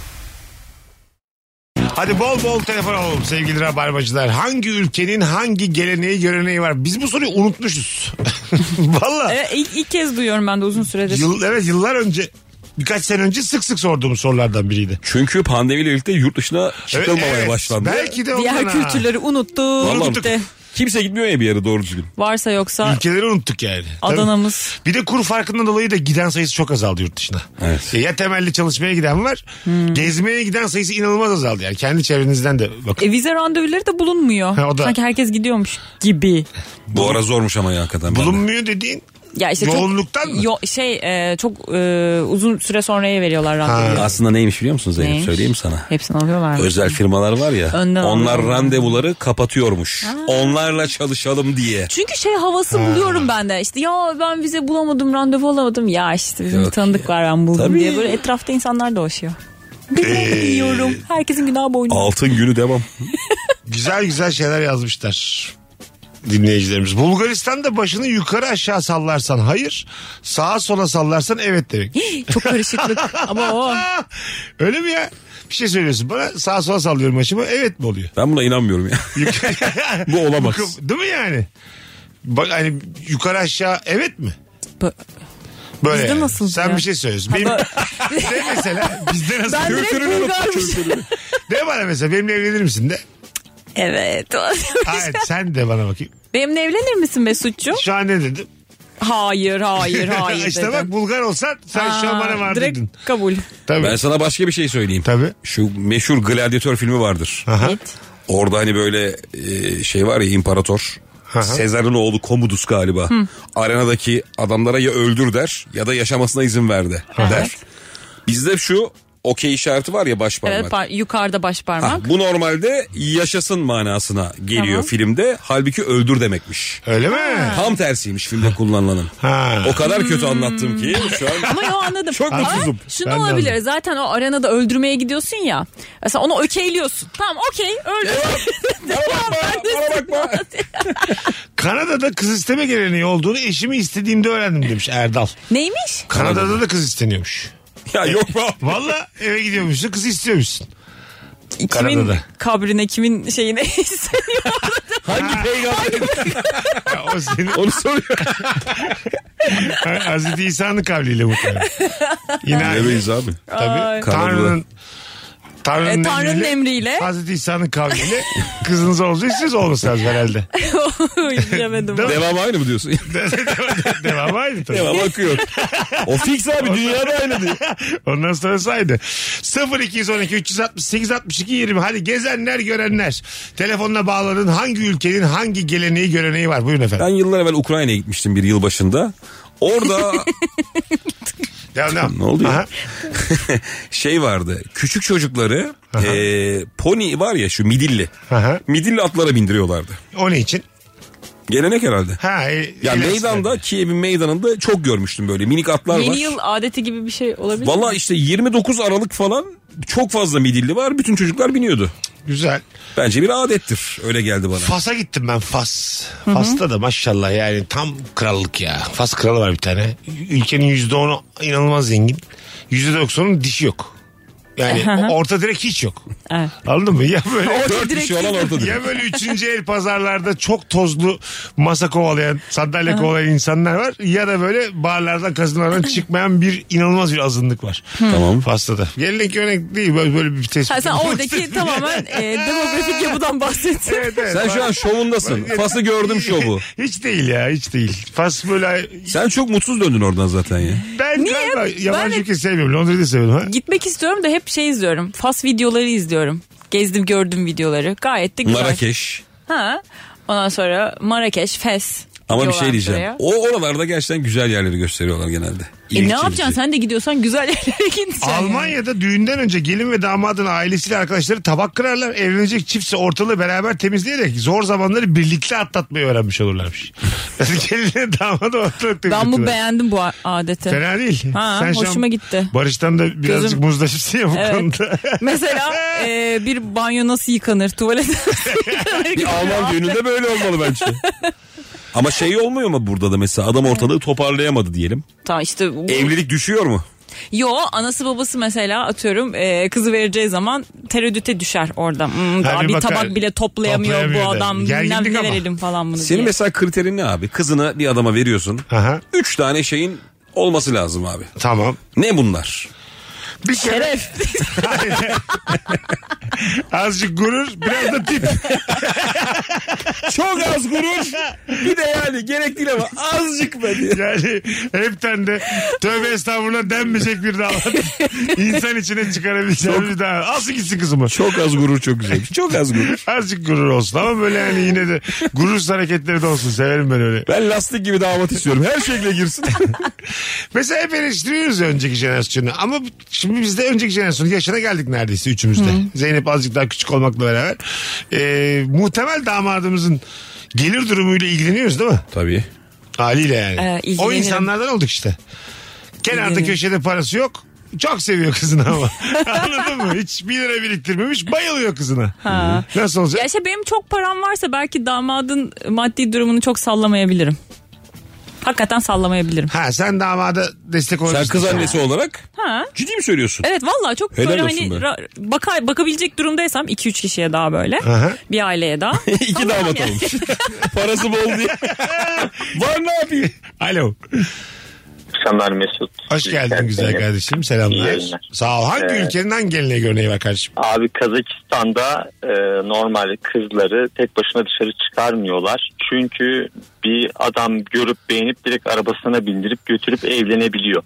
Hadi bol bol telefon alalım sevgili rabarbacılar. Hangi ülkenin hangi geleneği göreneği var? Biz bu soruyu unutmuşuz. Valla. Evet, ilk, ilk kez duyuyorum ben de uzun süredir. Yıl, evet yıllar önce birkaç sene önce sık sık sorduğumuz sorulardan biriydi. Çünkü pandemiyle birlikte yurt dışına çıkılmamaya Evet, başlandı. Belki de ondan Diğer ha. kültürleri unuttuk. Vallahi Gitti. kimse gitmiyor ya bir yere doğru düzgün. Varsa yoksa Ülkeleri unuttuk yani. Tabii. Adana'mız. Bir de kur farkından dolayı da giden sayısı çok azaldı yurt dışına. Evet. Ya temelli çalışmaya giden var. Hmm. Gezmeye giden sayısı inanılmaz azaldı yani. Kendi çevrenizden de bakın. E, vize randevuları da bulunmuyor. Ha, o da. Sanki herkes gidiyormuş gibi. Bu ara zormuş ama ya hakikaten. ben de. Bulunmuyor dediğin Ya işte yoğunluktan çok, mı? Yo, şey e, çok e, uzun süre sonraya veriyorlar randevuyu. Aslında neymiş biliyor musun Zeynep? Neymiş? Söyleyeyim sana. Hepsini alıyorlar mı? Özel firmalar var ya. Önden onlar alıyorlar. randevuları kapatıyormuş. Onlarla çalışalım diye. Çünkü şey havası buluyorum ben de. İşte ya ben vize bulamadım, randevu alamadım. Ya işte bizim Yok bir tanıdık ya. var ben buldum Tabii. diye. Böyle etrafta insanlar dolaşıyor. Bilmiyorum. Herkesin günahı boynuna. Altın günü devam. Güzel güzel şeyler yazmışlar dinleyicilerimiz. Bulgaristan'da başını yukarı aşağı sallarsan hayır, sağa sola sallarsan evet demek. Çok karışıklık. Ama o. Öyle mi ya? Bir şey söylüyorsun bana sağa sola sallıyorum başımı evet mi oluyor? Ben buna inanmıyorum ya. Bu olamaz. Değil mi yani? Bak hani yukarı aşağı evet mi? Bu- Böyle. Bizde yani. nasıl Sen ya? bir şey söylüyorsun. Benim, de mesela bizde nasıl? Ben direkt Kültürünü unut, Bulgarmış. kültürünü. De bana mesela benimle evlenir misin de. Evet. Hayır sen de bana bakayım. Benimle evlenir misin Mesut'cum? Şu an ne dedim? Hayır hayır hayır işte dedim. bak Bulgar olsan sen şu an bana var direkt dedin. kabul. Tabii. Ben sana başka bir şey söyleyeyim. Tabii. Şu meşhur Gladiator filmi vardır. Aha. Evet. Orada hani böyle e, şey var ya, imparator. Aha. Sezar'ın oğlu Commodus galiba. Arenadaki adamlara ya öldür der ya da yaşamasına izin ver de der. Bizde şu okey işareti var ya, baş parmak. Evet par- yukarıda baş Ha, parmak. bu normalde yaşasın manasına geliyor Tamam. filmde. Halbuki öldür demekmiş. Öyle mi? Tam tersiymiş filmde kullanılanın. Ha. O kadar kötü anlattım ki şu an. Ama yo anladım. Çok Ama mutsuzum. Şunu Ben de olabilir. anladım. Zaten o arenada öldürmeye gidiyorsun ya. Mesela onu okeyliyorsun. Tamam okey öldür. Bana bakma, bana bakma. Kanada'da kız isteme geleneği olduğunu eşimi istediğimde öğrendim demiş Erdal. Neymiş? Kanada'da da kız isteniyormuş. Ya yok be. Valla eve gidiyormuşsun kızı istiyormuşsun. Kimin Kanada'da. kabrine kimin şeyine isteniyor. Hangi peygamber? Ya o senin Onu soruyor. Hazreti İsa'nın kavliyle muhtemelen. Yine Neredeyiz abi? tabii. Ay. Tanrı'nın Tanrı'nın, E, Tanrı'nın emriyle. Hazreti İsa'nın kavliyle kızınız olacak siz olursanız herhalde. Bilemedim. Değil mi? Devam aynı mı diyorsun? Devam aynı tabii. Devam akıyor. O fix abi, dünyada aynı diyor. Ondan sonrası aynı. sıfır iki on iki üç altı sekiz altmış iki yirmi hadi gezenler görenler. Telefonla bağladığın hangi ülkenin hangi geleneği göreneği var? Buyurun efendim. Ben yıllar evvel Ukrayna'ya gitmiştim bir yıl başında. Orada Devam, devam. ne oldu ya? Aha. şey vardı. Küçük çocukları e, pony var ya, şu midilli. Aha. Midilli atlara bindiriyorlardı. O ne için? Gelenek herhalde. Ha, e, Ya eğlensin. meydanda, Kiev'in meydanında çok görmüştüm böyle minik atlar var. Yeni yıl adeti gibi bir şey olabilir mi? Valla işte yirmi dokuz Aralık falan çok fazla midilli var. Bütün çocuklar biniyordu. Güzel. Bence bir adettir. Öyle geldi bana. Fas'a gittim ben Fas. Fas'ta da maşallah yani tam krallık ya. Fas kralı var bir tane. Ülkenin yüzde onu inanılmaz zengin. Yüzde doksanın dişi yok. Yani orta direk hiç yok. Evet. Anladın mı? Ya böyle Dört kişi olan ortadır. ya böyle üçüncü el pazarlarda çok tozlu masa kovalayan, sandalye kovalayan insanlar var. Ya da böyle barlardan, kazinolardan çıkmayan bir inanılmaz bir azınlık var. Tamam. Fas'ta da. Gelenek örnek değil böyle, böyle bir tespit. Ha, sen oradaki tamamen e, demografik yapıdan bahsettin. Evet, evet. Sen şu an şovundasın. Fas'ı gördüm şovu. Hiç değil ya, hiç değil. Fas böyle... Sen çok mutsuz döndün oradan zaten ya. Ben Niye? galiba yabancı Ben- ülke sevmiyorum. Londra'yı da seviyorum. Ha? Gitmek istiyorum da hep şey izliyorum. Fas videoları izliyorum. Gezdim gördüm videoları. Gayet de güzel. Marrakeş. Ha. Ondan sonra Marrakeş, Fes. Ama bir gidiyorlar şey diyeceğim. oraya. O oralarda gerçekten güzel yerleri gösteriyorlar genelde. E ne İlginç yapacaksın? bir şey. Sen de gidiyorsan güzel yerlere gideceksin. Almanya'da düğünden önce gelin ve damadın ailesiyle arkadaşları tabak kırarlar. Evlenecek çiftse ortalığı beraber temizleyerek zor zamanları birlikte atlatmayı öğrenmiş olurlarmış. Gelinle damadı ortalık Ben bu temizliyorlar. beğendim bu adeti. Fena değil. Ha, Sen şu an hoşuma gitti. Barış'tan da birazcık Gözüm- muzlaşırsın ya bu Evet. konuda. Mesela e, bir banyo nasıl yıkanır? Tuvalet nasıl yıkanır? gibi Bir Alman düğününde böyle olmalı bence. Ama şey olmuyor mu burada da mesela, adam ortalığı toparlayamadı diyelim. Tamam işte. Bu... Evlilik düşüyor mu? Yo, anası babası mesela atıyorum e, kızı vereceği zaman tereddüte düşer orada. Hmm, daha bir bir bakar, tabak bile toplayamıyor, toplayamıyor bu da. adam. Gerginlik Bilmem ne ama. verelim falan bunu Senin diye. mesela kriterin ne abi? Kızını bir adama veriyorsun. Aha, Üç tane şeyin olması lazım abi. tamam. Ne bunlar? Bir kere Şeref. azıcık gurur biraz da tip. Çok az gurur. Bir de yani gerek değil ama azıcık be diye. Yani hepten de tövbe estağfurullah denmeyecek bir damat. İnsan içine çıkarabileceğim bir damat. Alsın gitsin kızımı. Çok az gurur çok güzel. Çok az gurur. Azıcık gurur olsun ama böyle yani yine de gurursuz hareketleri de olsun. Severim ben öyle. Ben lastik gibi damat istiyorum. Her şekilde girsin. Mesela hep eleştiriyoruz ya önceki jenerasyonu. Ama şimdi biz de önceki jenerasyonun yaşına geldik neredeyse üçümüz de. Zeynep azıcık daha küçük olmakla beraber. Ee, muhtemel damadımızın gelir durumuyla ilgileniyoruz değil mi? Tabii. Haliyle yani. Ee, o ilgileniyorum. insanlardan olduk işte. Kenarda İlgileniyorum. köşede parası yok. Çok seviyor kızını ama. Anladın mı? Hiç bir lira biriktirmemiş. Bayılıyor kızına. Ha. Nasıl olacak? Ya işte benim çok param varsa belki damadın maddi durumunu çok sallamayabilirim. Hakikaten sallamayabilirim. Ha sen damada destek olursun. Sen kız annesi olarak Ha. ciddi mi söylüyorsun? Evet vallahi çok Helal böyle olsun hani be. ra- baka- bakabilecek durumdaysam iki üç kişiye daha böyle. Aha. Bir aileye daha. İki damat olmuş. Parası bol diye. Var ne yapayım? Alo. akşamlar Mesut. Hoş geldin Geldin. güzel kardeşim. İyi Selamlar. yayınlar. Sağ ol. Hangi Ee, ülkenin hangi geleneği görneği var kardeşim? Abi Kazakistan'da e, normal kızları tek başına dışarı çıkarmıyorlar. Çünkü bir adam görüp beğenip direkt arabasına bindirip götürüp evlenebiliyor.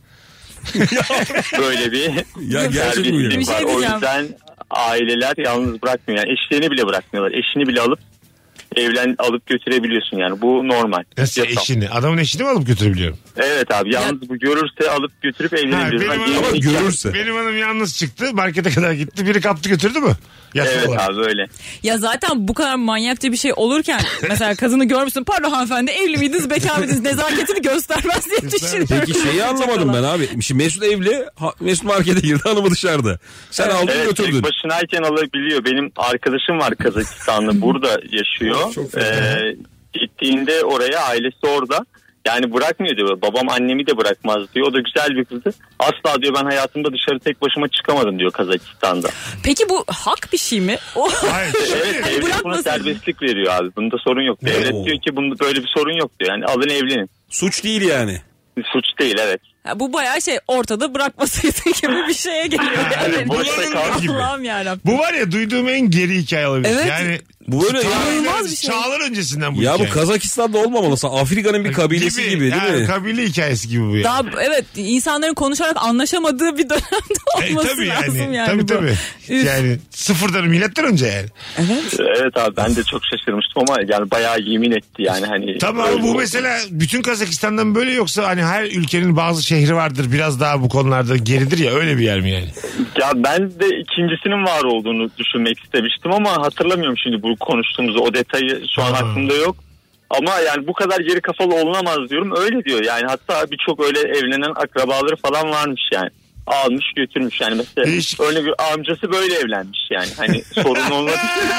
Böyle bir Ya gerçek mi? serbestlik Bir şey var. O diyeceğim. yüzden aileler yalnız bırakmıyor. Yani eşlerini bile bırakmıyorlar. Eşini bile alıp evlen alıp götürebiliyorsun yani. Bu normal. Nasıl Yasal. eşini? Adamın eşini mi alıp götürebiliyorum? Evet abi yalnız bu görürse alıp götürüp Ha, evlenebiliyorsun. benim, Hani hanım, yeni- görürse. benim hanım yalnız çıktı. Markete kadar gitti. Biri kaptı götürdü mü? Yasal Evet olarak. abi öyle. Ya zaten bu kadar manyakça bir şey olurken mesela kadını görmüşsün, pardon hanımefendi evli miydiniz bekar mıydınız, nezaketini göstermez diye düşünüyorum. Peki şeyi anlamadım ben abi. Şimdi Mesut evli. ha- Mesut markete girdi, hanımı dışarıda. Sen aldın Evet götürdün. tek başınayken alabiliyor. Benim arkadaşım var Kazakistanlı burada yaşıyor. Çok Ee, gittiğinde oraya ailesi orada. Yani bırakmıyor diyor. Babam annemi de bırakmaz diyor. O da güzel bir kızdı. Asla diyor ben hayatımda dışarı tek başıma çıkamadım diyor Kazakistan'da. Peki bu hak bir şey mi? O... Hayır. Evet devlet buna Bırakmasın. serbestlik veriyor abi. Bunda sorun yok. Devlet Oo. diyor ki bunda böyle bir sorun yok diyor. Yani alın evlenin. Suç değil yani. Suç değil evet. Ha, bu bayağı şey ortada bırakmasaydı gibi bir şeye geliyor. Yani Yani. boşta kal gibi. Allah'ım yarabbim. Bu var ya duyduğum en geri hikaye olabilir. Evet. Yani Bu böyle ya. İnanılmaz bir şey. Çağlar öncesinden bu Ya bu hikaye. Kazakistan'da olmamalı. Afrika'nın bir kabilesi gibi, değil yani mi? Kabile hikayesi gibi bu ya. Daha evet insanların konuşarak anlaşamadığı bir dönemde E, olması tabii lazım yani. yani. tabii bu. tabii. Üf. Yani sıfırdan milattan önce yani. Evet abi ben de çok şaşırmıştım ama yani bayağı yemin etti yani hani. Tamam öyle bu oldu. mesela bütün Kazakistan'dan böyle yoksa hani her ülkenin bazı şehri vardır biraz daha bu konularda geridir ya öyle bir yer mi yani? Ya ben de ikincisinin var olduğunu düşünmek istemiştim ama hatırlamıyorum şimdi bu konuştuğumuz o detayı şu an Ha. aklımda yok. Ama yani bu kadar geri kafalı olunamaz diyorum öyle diyor yani hatta birçok öyle evlenen akrabaları falan varmış yani. Almış götürmüş yani mesela Değişik. örnek bir amcası böyle evlenmiş yani hani sorun olmadı.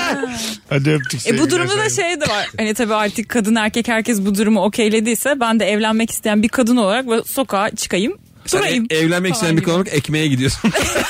Hadi öptük E sevgiler bu durumda da saygılar. şey de var. Hani tabii artık kadın erkek herkes bu durumu okeylediyse ben de evlenmek isteyen bir kadın olarak böyle sokağa çıkayım. Sen Durayım. e- evlenmek isteyen Falan bir kadın olarak ekmeğe gidiyorsun.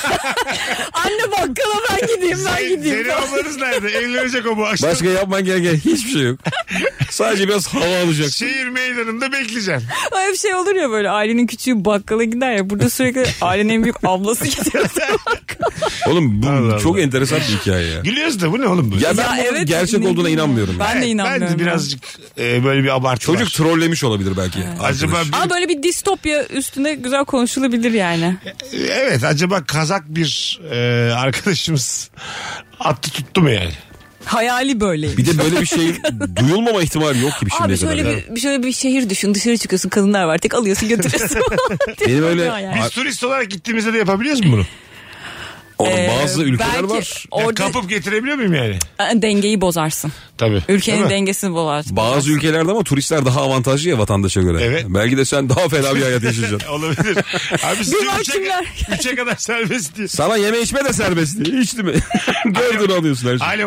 Anne bakkala ben gideyim ben Zeyn- gideyim. Zeynep ablanız nerede? Evlenecek o bu akşam. Başka yapman gereken hiçbir şey yok. Sadece biraz hava alacaksın. Şehir meydanında bekleyeceksin. Öyle bir şey olur ya böyle ailenin küçüğü bakkala gider ya. Burada sürekli ailenin en büyük ablası gidiyor. Oğlum bu Allah çok Allah. enteresan bir hikaye ya. Gülüyoruz da bu ne oğlum böyle? Ya ben Ya bunun evet, gerçek ne olduğuna bileyim. inanmıyorum. Ben ya. de inanmıyorum. Bence birazcık e, böyle bir abartı Çocuk var. trollemiş olabilir belki. Acaba arkadaş. bir, Ama böyle bir distopya üstüne güzel konuşulabilir yani. evet acaba Kazak bir e, arkadaşımız attı tuttu mu yani? Hayali böyle. Bir de böyle bir şey duyulmama ihtimali yok gibi şimdiye Abi şöyle kadar. bir, şöyle bir şehir düşün. Dışarı çıkıyorsun kadınlar var. Tek alıyorsun götürüyorsun. Benim öyle- Yani. Biz turist olarak gittiğimizde de yapabiliyoruz mu bunu? Oğlum Ee, bazı ülkeler belki var. Ya Orada kapıp getirebiliyor muyum yani? dengeyi bozarsın. Tabii. Ülkenin Değil mi? dengesini bozarsın. Bazı ülkelerde ama turistler daha avantajlı ya vatandaşa göre. Evet. Belki de sen daha fena bir hayat yaşayacaksın. Olabilir. Abi size Bir bak üçe, kimler. üçe kadar serbest diye. Sana yeme içme de serbest değil. İçti mi? Gördüğünü alıyorsun her şeyi. Alo.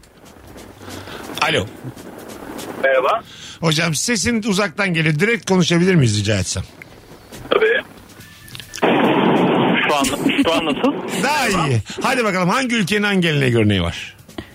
Alo. Merhaba. Hocam sesin uzaktan geliyor. Direkt konuşabilir miyiz rica etsem? Tabii. Şu an, şu an nasıl? Daha iyi. Hadi bakalım hangi ülkenin hangi geleneği görneği var?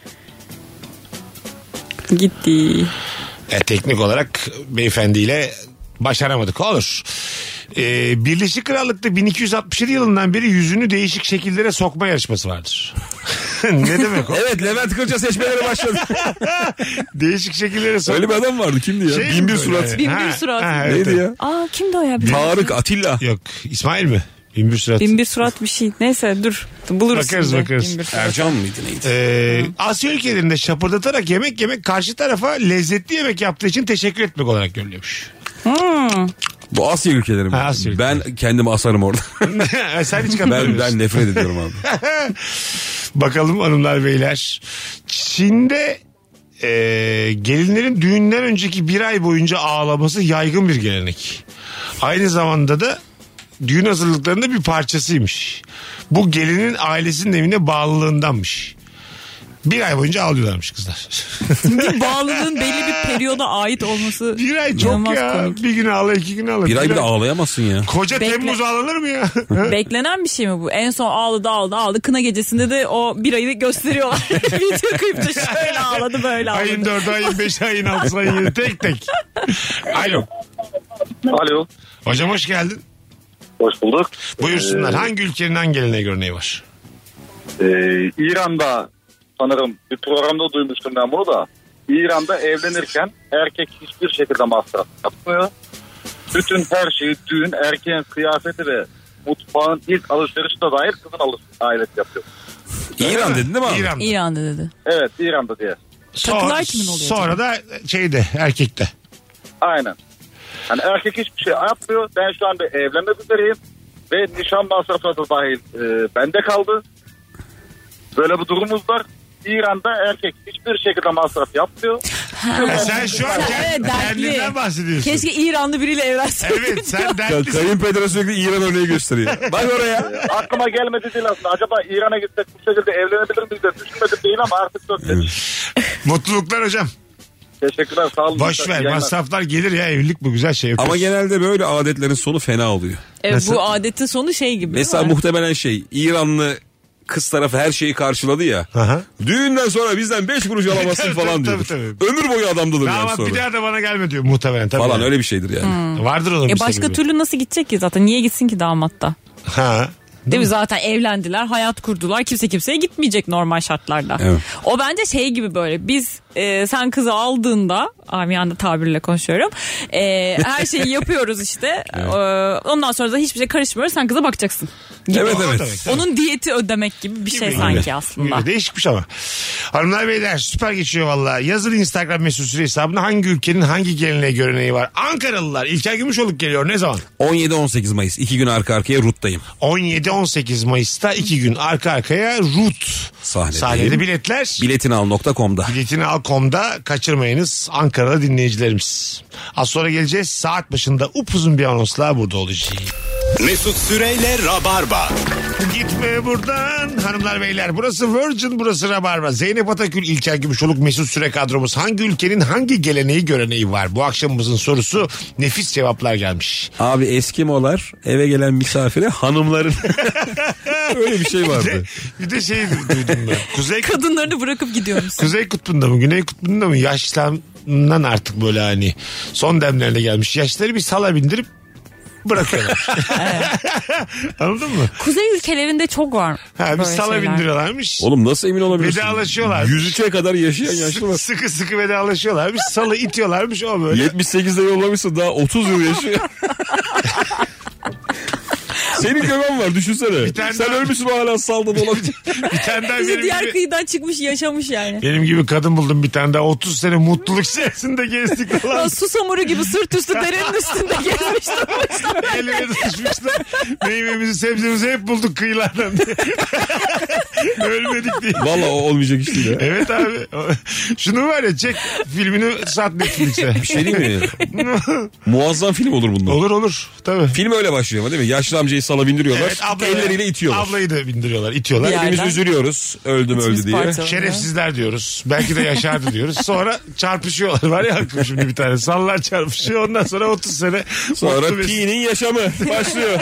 Gitti. E, teknik olarak beyefendiyle başaramadık. Olur. Ee, Birleşik Krallık'ta bin iki yüz altmış yedi yılından beri yüzünü değişik şekillere sokma yarışması vardır. Ne demek o? Evet Levent Kırca seçmeleri başladı. Değişik şekillere sokma. Öyle bir adam vardı kimdi ya? Şey mi Bin bir böyle? surat. Bin bir Ha, surat. ha, evet, Neydi evet. ya? Aa kimdi o ya? Tarık Atilla. Yok İsmail mi? Bin bir surat. Bin bir surat bir şey. Neyse dur. Buluruz Bakarız, şimdi. bakarız. Bin bir surat. Ercan mıydı neydi? Ee, Asya ülkelerinde şapırdatarak yemek yemek karşı tarafa lezzetli yemek yaptığı için teşekkür etmek olarak görülüyormuş. Bu Asya ülkeleri mi? Ha, Asya ülkeleri. Ben kendimi asarım orada. Sen hiç ben, katılmıyorsun. ben nefret ediyorum abi. Bakalım hanımlar beyler. Çin'de e, gelinlerin düğünden önceki bir ay boyunca ağlaması yaygın bir gelenek. Aynı zamanda da düğün hazırlıklarında bir parçasıymış. Bu gelinin ailesinin evine bağlılığındanmış. Bir ay boyunca ağlıyorlarmış kızlar. Bir bağlılığın belli bir periyoda ait olması Bir ay çok inanılmaz ya. komik. Bir gün ağla iki gün ağla. Bir ay bile ağlayamazsın ya. Koca Bekle. Temmuz ağlanır mı ya? Beklenen bir şey mi bu? En son ağladı ağladı ağladı. Kına gecesinde de o bir ayı gösteriyorlar. Video kayıpta şöyle ağladı böyle ağladı. Ayın dördü, ayın beşi, ayın altısı, ayın yedi tek tek. Alo. Alo. Hocam hoş geldin. Hoş bulduk. Buyursunlar. Ee, Hangi ülkenin hangi geleneği göreneği var? e, İran'da sanırım bir programda duymuştum ben bunu da. İran'da evlenirken erkek hiçbir şekilde masraf yapmıyor. Bütün her şeyi düğün, erkeğin kıyafeti ve mutfağın ilk alışverişi de dahil kızın alışveriş ailesi yapıyor. İran dedin değil mi abi? İran'da. İran'da dedi. Evet, İran'da diye. Takılar kimin oluyor Sonra da şeyde erkekte. Aynen. Hani erkek hiçbir şey yapmıyor. Ben şu anda evlenmek üzereyim ve nişan masrafları da dahil e, bende kaldı. Böyle bir durumumuz var. İran'da erkek hiçbir şekilde masraf yapmıyor. Ya sen şu an kend- Evet, dertli. kendinden bahsediyorsun. Keşke İranlı biriyle evlensen. Evet sen Ka- dertlisin. Kayınpeder sürekli İran örneği gösteriyor. Bak oraya. Aklıma gelmedi değil aslında. Acaba İran'a gitsek bu şekilde evlenebilir miyiz de düşünmedim değil ama artık çok geç. Mutluluklar hocam. Teşekkürler, sağ olun. Boş İyi ver yayınlar. masraflar gelir ya, evlilik bu güzel şey. Ama genelde böyle adetlerin sonu fena oluyor. Evet, Nasıl? bu adetin sonu şey gibi. Mesela değil mi? muhtemelen şey İranlı kız tarafı her şeyi karşıladı ya. Aha. Düğünden sonra bizden beş kuruş alamazsın Tabii, falan tabii, diyordur. tabii. Ömür boyu adamdadır yani Damat sonra. bir daha da bana gelme diyor muhtemelen. Tabii Falan yani. öyle bir şeydir yani. Vardır onun E bir başka sebebi. türlü nasıl gidecek ki zaten? Niye gitsin ki damatta? Ha. Değil mi? Zaten evlendiler, hayat kurdular. Kimse kimseye gitmeyecek normal şartlarda. Evet. O bence şey gibi böyle. Biz e, sen kızı aldığında, amiyane tabirle konuşuyorum. E, her şeyi yapıyoruz işte. E, ondan sonra da hiçbir şey karışmıyoruz. Sen kıza bakacaksın. Gibi. Evet O evet. demek, tabii. Onun diyeti ödemek gibi bir şey Gibi. sanki Gibi. aslında. Gibi. Değişikmiş ama. Hanımlar beyler süper geçiyor valla. Yazın Instagram mesut süre hesabına hangi ülkenin hangi geleneği göreneği var. Ankaralılar İlker Gümüşoluk geliyor ne zaman? on yedi on sekiz Mayıs iki gün arka arkaya RUT'tayım. on yedi on sekiz Mayıs'ta iki gün arka arkaya RUT Sahnedeyim. sahnede biletler. biletinal nokta com'da. Biletini al nokta com'da kaçırmayınız Ankara'da dinleyicilerimiz. Az sonra geleceğiz. Saat başında upuzun bir anonsla burada olacağız. Mesut Süreyle Rabarba. Gitme buradan hanımlar beyler. Burası Virgin, burası Rabarba. Zeynep Atakül, İlker Gümüşoluk, Mesut Süre kadromuz. Hangi ülkenin hangi geleneği göreneği var? Bu akşamımızın sorusu, nefis cevaplar gelmiş. Abi Eskimolar eve gelen misafire hanımların öyle bir şey vardı. Bir de şey duydum ben. Kuzey, Kadınlarını bırakıp gidiyor musun? Kuzey Kutbu'nda mı, Güney Kutbu'nda mı yaşlandan artık böyle hani son demlerine gelmiş yaşları bir sala bindirip bırakıyorlar. Anladın mı? Kuzey ülkelerinde çok var. Ha, bir böyle sala şeyler. bindiriyorlarmış. Oğlum nasıl emin olabilirsin? Vedalaşıyorlar. yüz üçe kadar yaşayan yaşlı var. Sıkı sıkı vedalaşıyorlarmış. Salı itiyorlarmış o böyle. yetmiş sekizde yollamışsın daha otuz yıl yaşıyor. Senin gömen var düşünsene. Bir tane Sen daha- ölmüşsün hala salda dolabilir. Bir tane daha Bizi benim diğer gibi, kıyıdan çıkmış yaşamış yani. benim gibi kadın buldum bir tane daha. otuz sene mutluluk içerisinde gezdik Ya falan. Susamuru gibi sırt üstü derenin üstünde gezmiş durmuşlar. Elime tutuşmuşlar. Meyvemizi sebzemizi hep bulduk kıyılardan diye. Ölmedik diye. Valla o olmayacak iş değil ya. Evet abi. Şunu var ya çek filmini sat Netflix'e. Bir şey değil mi? Muazzam film olur bundan. Olur olur. Tabii. Film öyle başlıyor ama değil mi? Yaşlı amcayı sala bindiriyorlar. Evet, ablayı- elleriyle itiyorlar. Ablayı da bindiriyorlar. itiyorlar. Bir Hepimiz yerden. üzülüyoruz. Öldüm öldü İçimiz diye. parçalanıyor. Şerefsizler diyoruz. Belki de yaşardı diyoruz. Sonra çarpışıyorlar. Var ya aklım şimdi bir tane. Sallar çarpışıyor. Ondan sonra otuz sene. Sonra mutlu mesut. Pi'nin yaşamı başlıyor.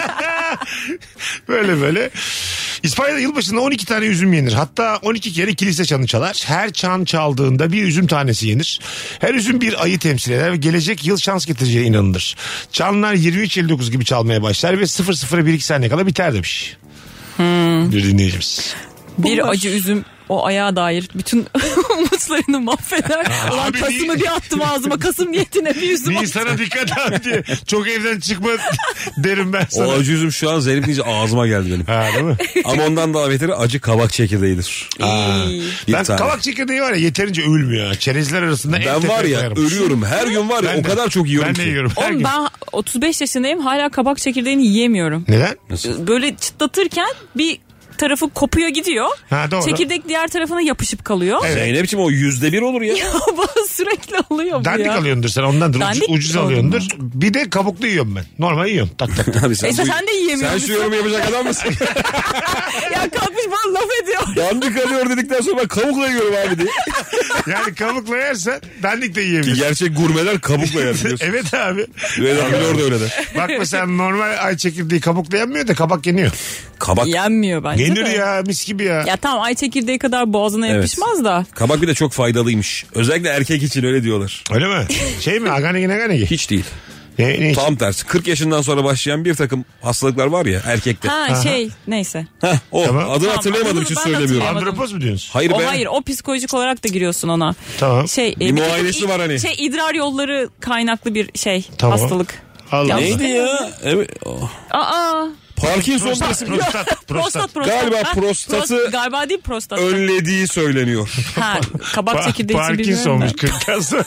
Böyle böyle. İspanya'da yılbaşında on iki tane üzüm yenir. Hatta on iki kere kilise çanı çalar. Her çan çaldığında bir üzüm tanesi yenir. Her üzüm bir ayı temsil eder ve gelecek yıl şans getireceğine inanılır. Çanlar yirmi üç elli dokuz gibi çalmaya başlar ve sıfır sıfır bir iki saniye kala biter demiş. Hmm. Bir dinleyicimiz. Bir acı üzüm o ayağa dair bütün umutlarını mahveder. Ulan abi Kasım'ı niye- bir attım ağzıma. Kasım niyetine bir üzüm attım. Nisan'a dikkat et diye. Çok evden çıkma derim ben sana. O acı üzüm şu an Zeynep deyince ağzıma geldi benim. Ha değil mi? Ama ondan daha beteri acı kabak çekirdeğidir. Bir Ben tane. kabak çekirdeği var ya yeterince ölmüyor. Ha. Çerezler arasında en Ben tepeye var ya koyarım. ölüyorum. Her gün var ya Ben o de. kadar çok yiyorum Ben ki. de yiyorum. Her Oğlum gün. ben otuz beş yaşındayım hala kabak çekirdeğini yiyemiyorum. Neden? Böyle çıtlatırken bir tarafı kopuyor gidiyor. Ha, doğru. Çekirdek diğer tarafına yapışıp kalıyor. Evet. Zeynep'ciğim o yüzde bir olur ya. Ya bana sürekli oluyor bu Dandik ya. alıyordur sen ondandır. Dandik ucuz, ucuz oldum alıyordur. Bir de kabuklu yiyorum ben. Normal yiyorum. Tak tak tak. Abi sen, E sen, bu- sen de yiyemiyorsun. sen şu yorumu yapacak adam mısın? Ya kalkmış bana laf ediyor. Dandik alıyor dedikten sonra ben kabukla yiyorum abi diye. Yani kabukla yersen dandik de Ki yiyebilirsin. gerçek gurmeler kabukla yer biliyorsun. Evet abi. Vedat Milor da öyle de. Bak mesela normal ay çekirdeği kabukla yenmiyor da kabak yeniyor. Kabak. Yenmiyor bence Yenir de. ya mis gibi ya. Ya tamam ay çekirdeği kadar boğazına Evet. yapışmaz da. Kabak bir de çok faydalıymış. Özellikle erkek için öyle diyorlar. Öyle mi? Şey mi? Aganegi neganegi. Hiç değil. Ne, ne Tam tersi. kırk yaşından sonra başlayan bir takım hastalıklar var ya erkekte. Ha şey neyse. Heh, o. Tamam. Adını Tamam, hatırlayamadığım adını için ben söylemiyorum. hatırlayamadım. Andropoz mu diyorsunuz? Hayır O be. hayır o psikolojik olarak da giriyorsun ona. Tamam. Şey, Bir e, muayenesi takım var hani. Şey idrar yolları kaynaklı bir şey Tamam. hastalık. Allah Allah. Neydi ya? Evet. Oh. Aa. Parkinson Prostat, birisi prostat, prostat. Prostat, prostat. Galiba Ha, prostatı prost- galiba değil prostat. önlediği söyleniyor. Ha, kabak Pa- çekirdeği için bilmiyorum Parkinson'muş da. kırktan sonra.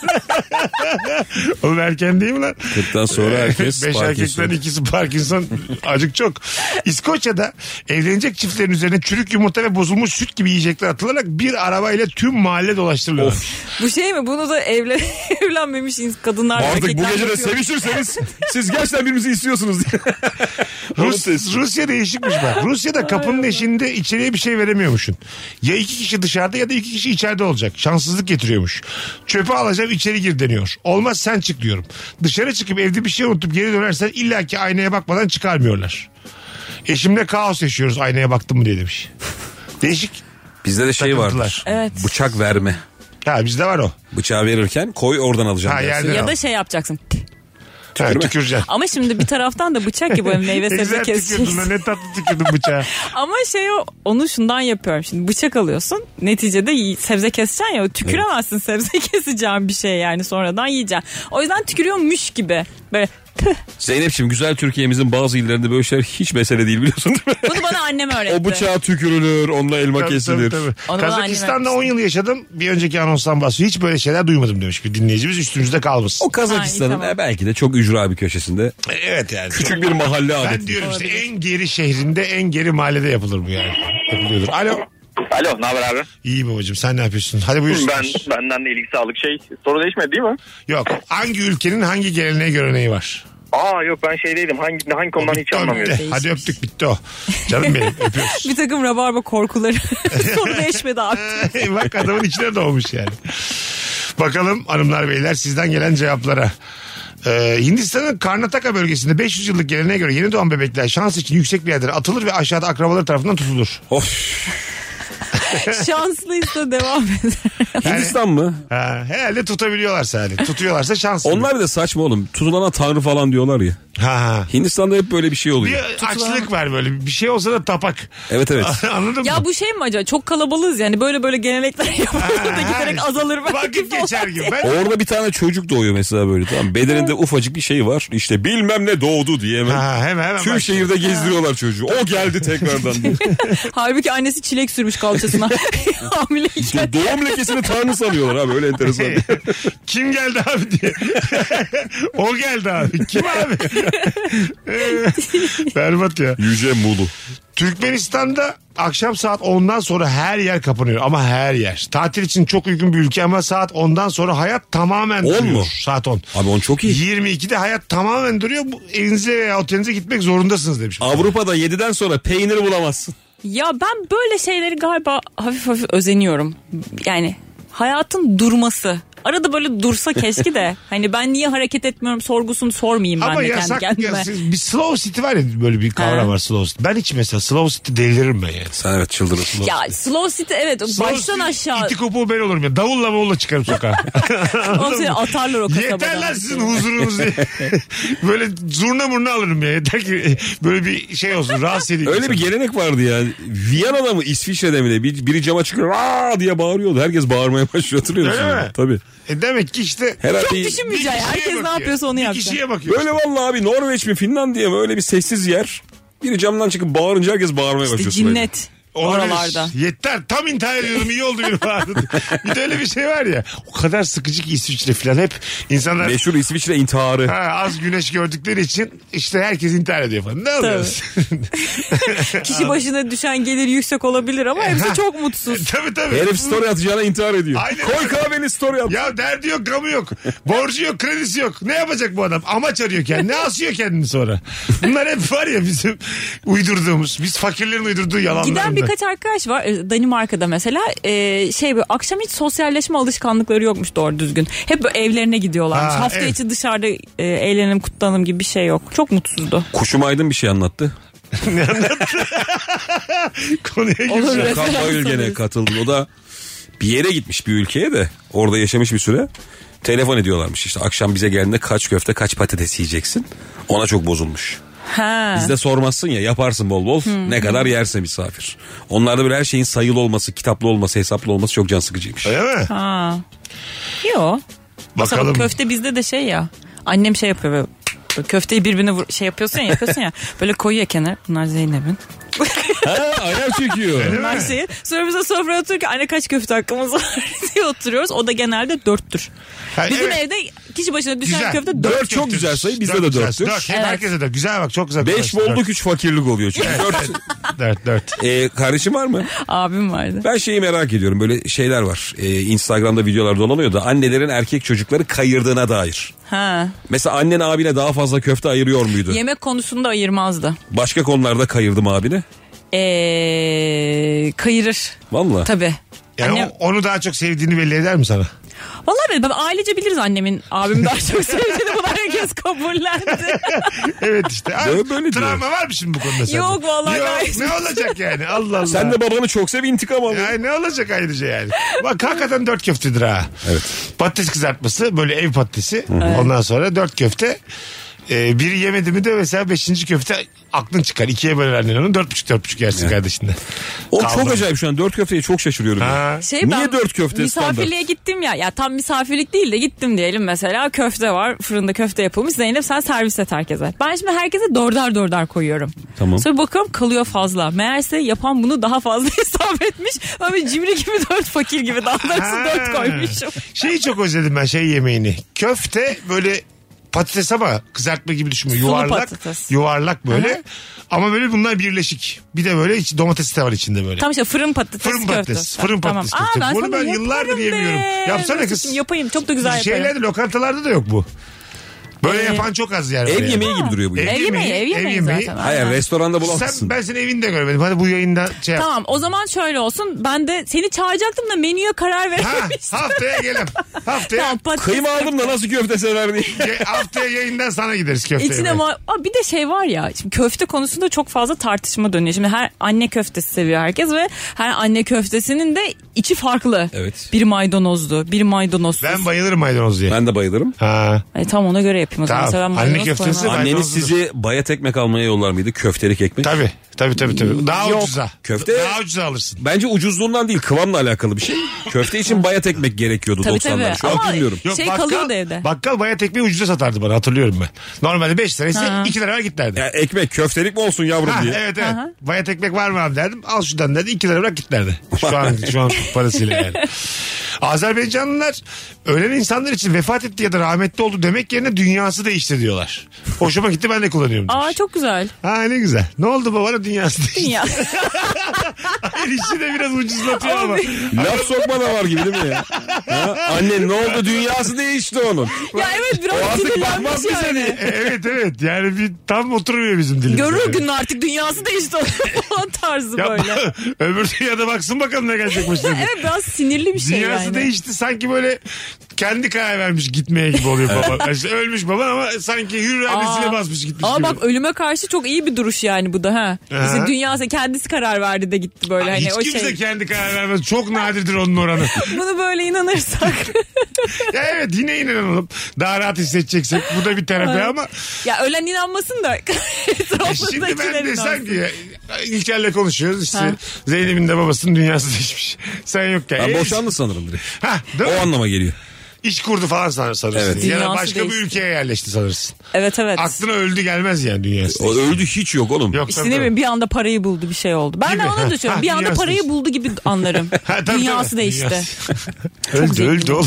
Oğlum erken değil mi lan? kırktan sonra herkes Beş Parkinson. erkekten ikisi Parkinson. Acık çok. İskoçya'da evlenecek çiftlerin üzerine çürük yumurta ve bozulmuş süt gibi yiyecekler atılarak bir arabayla tüm mahalle dolaştırılıyor. Bu şey mi? Bunu da evlen evlenmemiş kadınlar ve Artık bu erkekler gece de yapıyor. sevişirseniz siz gerçekten birbirinizi istiyorsunuz diye. Rus, Rusya değişikmiş bak. Rusya'da kapının eşiğinde içeriye bir şey veremiyormuşsun. Ya iki kişi dışarıda ya da iki kişi içeride olacak. Şanssızlık getiriyormuş. Çöpü alacağım içeri gir deniyor. Olmaz sen çık diyorum. Dışarı çıkıp evde bir şey unutup geri dönersen illaki aynaya bakmadan çıkarmıyorlar. Eşimle kaos yaşıyoruz aynaya baktım mı diye demiş. Değişik. Bizde de şey Takıntılar. vardır. Evet. Bıçak verme. Ha bizde var o. Bıçağı verirken koy oradan alacağım Ha, dersin. yerden Ya al. da şey yapacaksın. Ha, tüküreceksin. Ama şimdi bir taraftan da bıçak gibi meyve Ne sebze güzel tükürdün keseceksin. lan, ne tatlı tükürdün bıçağı. Ama şey o, onu şundan yapıyorum. Şimdi bıçak alıyorsun. Neticede y- sebze keseceksin ya. Tüküremezsin sebze keseceğin bir şey yani sonradan yiyeceksin. O yüzden tükürüyormuş gibi. Böyle püh. Zeynep'ciğim güzel Türkiye'mizin bazı illerinde böyle şeyler hiç mesele değil biliyorsun değil mi? Bunu bana annem öğretti. O bıçağa tükürülür, onunla elma Tabii, kesilir. tabii, tabii. Onu bana annem Kazakistan'da öğretmişti. on yıl yaşadım. Bir önceki anonstan bahsediyor. Hiç böyle şeyler duymadım demiş bir dinleyicimiz. Üstümüzde kalmasın. O Kazakistan'ın Ha, iyi, tamam. e, belki de çok ücra bir köşesinde Evet yani. küçük bir mahalle Ben adeti. diyorum işte en geri şehrinde en geri mahallede yapılır bu yani. Yapılıyordur. Alo. Alo, ne haber abi? İyi babacığım sen ne yapıyorsun? Hadi buyursun. Ben benden de iyilik sağlık şey. Soru değişmedi değil mi? Yok. Hangi ülkenin hangi geleneğe göreneği var? Aa yok ben şeydeydim. Hangi hangi konudan hiç Bitti o, anlamıyorum. bitti. Hadi öptük bitti o. Canım benim öpüyoruz. Bir takım rabarba korkuları. Soru değişmedi abi. Bak adamın içine doğmuş yani. Bakalım hanımlar beyler sizden gelen cevaplara. Ee, Hindistan'ın Karnataka bölgesinde beş yüz yıllık geleneğe göre yeni doğan bebekler şans için yüksek bir yerlere atılır ve aşağıda akrabaları tarafından tutulur. Of. Şanslıysa devam eder. Hindistan mı? Ha, herhalde tutabiliyorlarsa yani. Tutuyorlarsa şanslı. Onlar bir de saçma oğlum. Tutulana tanrı falan diyorlar ya. Ha, ha. Hindistan'da hep böyle bir şey oluyor. Bir açlık var böyle. Bir şey olsa da tapak. Evet evet. Anladın mı? Ya bu şey mi acaba? Çok kalabalığız yani böyle böyle gelenekler yapılır da giderek Ha, azalır. belki Vakit falan geçer diye. gibi. Ben Orada bir tane çocuk doğuyor mesela böyle tamam. Bedeninde ufacık bir şey var. İşte bilmem ne doğdu diye hemen. Ha, hemen hemen. Tüm bak. şehirde gezdiriyorlar çocuğu. O geldi tekrardan diye. Halbuki annesi çilek sürmüş kalçasına. Hamileyken. Doğum lekesini tanrı sanıyorlar abi öyle enteresan. Kim geldi abi diye. O geldi abi. Kim abi? Berbat ya. Yüce Mulu. Türkmenistan'da akşam saat ondan sonra her yer kapanıyor ama her yer. Tatil için çok uygun bir ülke ama saat ondan sonra hayat tamamen on duruyor. mu? Saat on. Abi on çok iyi. yirmi ikide hayat tamamen duruyor. Bu evinize veya otelinize gitmek zorundasınız demiş. Avrupa'da yediden sonra peynir bulamazsın. Ya ben böyle şeyleri galiba hafif hafif özeniyorum. Yani hayatın durması. Arada böyle dursa keşke de. Hani ben niye hareket etmiyorum sorgusunu sormayayım ben Ama de kendi yasak kendime. ya, siz- bir slow city var ya böyle bir kavram Ha. var slow city. Ben hiç mesela slow city deliririm ben yani. Sen evet çıldırırsın. Ya slow city evet Slow baştan city, aşağı. İti kopuğu ben olurum ya. Davulla mavulla çıkarım sokağa. Ondan sonra atarlar o kasabadan. Yeter lan sizin huzurunuz diye. Böyle zurna murna alırım ya. Yeter ki böyle bir şey olsun. Rahatsız edeyim. Öyle bir gelenek vardı ya. Viyana'da mı İsviçre'de mi de bir, biri cama çıkıyor aa diye bağırıyordu. Herkes bağırmaya başlıyor hatırlıyor musun? Öyle mi? Tabii. E demek ki işte Herhalde Çok bir düşünmeyeceğim. kişiye Herkes ne bakıyor. yapıyorsa onu Bir yapacak. kişiye bakıyor. böyle vallahi abi Norveç mi Finlandiya mı öyle bir sessiz yer. Biri camdan çıkıp bağırınca herkes bağırmaya İşte başlıyor. cinnet. Olabilir. Oralarda. Yeter tam intihar ediyordum iyi oldu bir bağırdı. Bir de öyle bir şey var ya. O kadar sıkıcı ki İsviçre falan hep insanlar Meşhur İsviçre intiharı. ha, az güneş gördükleri için işte herkes intihar ediyor falan. Ne alıyorsun? Kişi başına düşen gelir yüksek olabilir ama hepsi çok mutsuz. tabii tabii. Herif story atacağına intihar ediyor. Aynen. Koy kahveni story at. Ya derdi yok, gamı yok. Borcu yok, kredisi yok. Ne yapacak bu adam? Amaç arıyor kendini. Ne asıyor kendini sonra? Bunlar hep var ya bizim uydurduğumuz. Biz fakirlerin uydurduğu yalanlar. Giden bunlar. birkaç arkadaş var e, Danimarka'da mesela e, şey böyle akşam hiç sosyalleşme alışkanlıkları yokmuş doğru düzgün. Hep böyle evlerine gidiyorlarmış. Ha, Hafta evet. içi dışarıda e, eğlenelim kutlanalım gibi bir şey yok. Çok mutsuzdu. Kuşum Aydın bir şey anlattı. Konuya Olur gireceğim. be. Okan Referans Bayülgen'e alıyoruz. katıldı. O da bir yere gitmiş bir ülkeye de orada yaşamış bir süre. Telefon ediyorlarmış işte akşam bize geldiğinde kaç köfte kaç patates yiyeceksin. Ona çok bozulmuş. Ha. Bizde sormazsın ya yaparsın bol bol hmm. ne kadar yerse misafir. Onlarda böyle her şeyin sayılı olması, kitaplı olması, hesaplı olması çok can sıkıcıymış. Öyle mi? Ha. Yo. Bakalım. Mesela köfte bizde de şey ya. Annem şey yapıyor böyle. Böyle köfteyi birbirine vur, şey yapıyorsun ya yapıyorsun ya. Böyle koyuyor kenara. Bunlar Zeynep'in. Ha, ayar çekiyor. Bunlar şeyi. Sonra bize sofraya otururken anne kaç köfte hakkımız var diye oturuyoruz. O da genelde dörttür. Ha, Bizim evet. evde kişi başına düşen Güzel. köfte dört. Dört çok güzel sayı bizde de dörttür. Dört. Evet. Herkese de. Güzel bak çok güzel. Beş bolluk üç fakirlik oluyor çünkü. Dört. Dört dört. Ee, kardeşim var mı? Abim vardı. Ben şeyi merak ediyorum böyle şeyler var. Ee, Instagram'da videolar dolanıyor da annelerin erkek çocukları kayırdığına dair. Ha. Mesela annen abine daha fazla köfte ayırıyor muydu? Yemek konusunda ayırmazdı. Başka konularda kayırdım abini. Ee, kayırır. Vallahi. Tabii. Yani Annem- o- onu daha çok sevdiğini belli eder mi sana? Vallahi ben, ben ailece biliriz annemin abim daha çok sevdiğini bunu herkes kabullendi. Evet işte. Abi, Böyle- böyle travma diyor. var mı şimdi bu konuda sende? Yok vallahi Yok, gayet- ne olacak yani Allah Allah. Sen de babanı çok sev intikam al. Yani ne olacak ayrıca yani. Bak hakikaten dört köftedir ha. Evet. Patates kızartması böyle ev patatesi. Ondan sonra dört köfte. Ee, biri yemedi mi de mesela beşinci köfte aklın çıkar. İkiye böler annen onu. Dört buçuk dört buçuk yersin kardeşinden. O Kaldı. çok acayip şu an dört köfteye çok şaşırıyorum. Ha. ya. Şey, Niye ben dört köfte misafirliğe standart? gittim ya. Ya tam misafirlik değil de gittim diyelim mesela. Köfte var. Fırında köfte yapılmış. Zeynep sen servis et herkese. Ben şimdi herkese dörder dörder koyuyorum. Tamam. Sonra bakıyorum kalıyor fazla. Meğerse yapan bunu daha fazla hesap etmiş. Ama cimri gibi dört fakir gibi daha doğrusu Ha. dört koymuşum. Şeyi çok özledim ben şey yemeğini. Köfte böyle patates ama kızartma gibi düşünme. Sulu Yuvarlak. patates. Yuvarlak böyle. Aha. Ama böyle bunlar birleşik. Bir de böyle iç, domates de var içinde böyle. Tam işte fırın patates Fırın köfte. patates. Fırın Tamam. patates Aa, köfte. ben Bunu sana ben yaparım yıllardır be. yemiyorum. Yapsana kız. Mesut'cum, Yapayım çok da güzel yaparım. Şeylerde lokantalarda da yok bu. Böyle Ee, yapan çok az yer var Ev yani. yemeği gibi duruyor bu. Ev ya. Ev yemeği, ev yemeği zaten. Hayır Aynen. restoranda Sen, bulamazsın. ben seni evinde görmedim. Hadi bu yayında şey yap. Tamam o zaman şöyle olsun. Ben de seni çağıracaktım da menüye karar Ha, verememiştim. haftaya gelin. Haftaya, Tamam, patates Kıyma aldım da nasıl köfte sever diye. Ge- haftaya yayından sana gideriz köfte İçine yemeye. ma- Aa, bir de şey var ya şimdi köfte konusunda çok fazla tartışma dönüyor. Şimdi her anne köftesi seviyor herkes ve her anne köftesinin de içi farklı. Evet. Biri maydanozlu, biri maydanozsuz. Ben bayılırım maydanoz diye. Ben de bayılırım. Ha. Ay, tam ona göre yapayım o zaman. Tamam. Mesela ben Anne maydanoz köftesi koymam. var. Anneniz Maydanozludur. sizi bayat ekmek almaya yollar mıydı? Köftelik ekmek. Tabii. Tabii tabii tabii. Daha Yok. ucuza. Köfte- Daha ucuza alırsın. Bence ucuzluğundan değil kıvamla alakalı bir şey. Köfte için bayat ekmek gerekiyordu Tabii, doksanlarda. tabii. Şu an Ama- bilmiyorum. Şey kalıyordu evde. Bakkal bayat ekmeği ucuza satardı bana hatırlıyorum ben. Normalde beş liraysa Ha. iki lira ver git derdi. Ya ekmek köftelik mi olsun yavrum Ha, diye. evet evet. Aha. Bayat ekmek var mı abi derdim. Al şuradan derdi. iki lira bırak git derdi. Şu an, şu an parasıyla yani. Azerbaycanlılar ölen insanlar için vefat etti ya da rahmetli oldu demek yerine dünyası değişti diyorlar. Hoşuma gitti ben de kullanıyorum. demiş. Aa çok güzel. Ha ne güzel. Ne oldu babana dünyası değişti. Ya. Hayır işi de biraz ucuzlatıyor ama. Laf sokma da var gibi değil mi ya? Ha? Anne ne oldu dünyası değişti onun. ya evet biraz O artık sinirlenmiş bakmaz bize yani. E, evet evet yani bir tam oturmuyor bizim dilimize. Görür yani. gün artık dünyası değişti falan tarzı Ya, böyle. öbür dünyada baksın bakalım ne gelecek başına. Evet biraz sinirli bir şey Dünyası yani. değişti sanki böyle kendi karar vermiş gitmeye gibi oluyor baba. İşte ölmüş baba ama sanki hür iradesiyle Aa, basmış gitmiş Ama gibi. bak ölüme karşı çok iyi bir duruş yani bu da ha. Aha. İşte dünyası kendisi karar verdi de gitti böyle hani Hiç o kimse şey. kendi karar vermez. Çok nadirdir onun oranı. Bunu böyle inanırsak. Ya evet yine inanalım. Daha rahat hissedeceksek. Bu da bir terapi ama. ya ölen inanmasın da. E şimdi ben etrafındakiler de inansın. sanki İlker'le konuşuyoruz işte Ha. Zeynep'in de babasının dünyası değişmiş. Sen yokken. Ben E, boşandı sanırım direkt. Ha, değil mi? O anlama geliyor. İş kurdu falan san- sanırsın. Evet. Ya da Dünyası başka bir değişti. ülkeye yerleşti sanırsın. Evet evet. Aklına öldü gelmez yani dünyası. O öldü hiç yok oğlum. Yok İşte tabii, ne tabii. bileyim bir anda parayı buldu bir şey oldu. Ben Gibi. de Ha, onu düşünüyorum. ha, Bir anda dünyası parayı değişti. buldu gibi anlarım. Ha, tabii, Dünyası tabii. değişti. Dünyası. öldü zengin. öldü oğlum.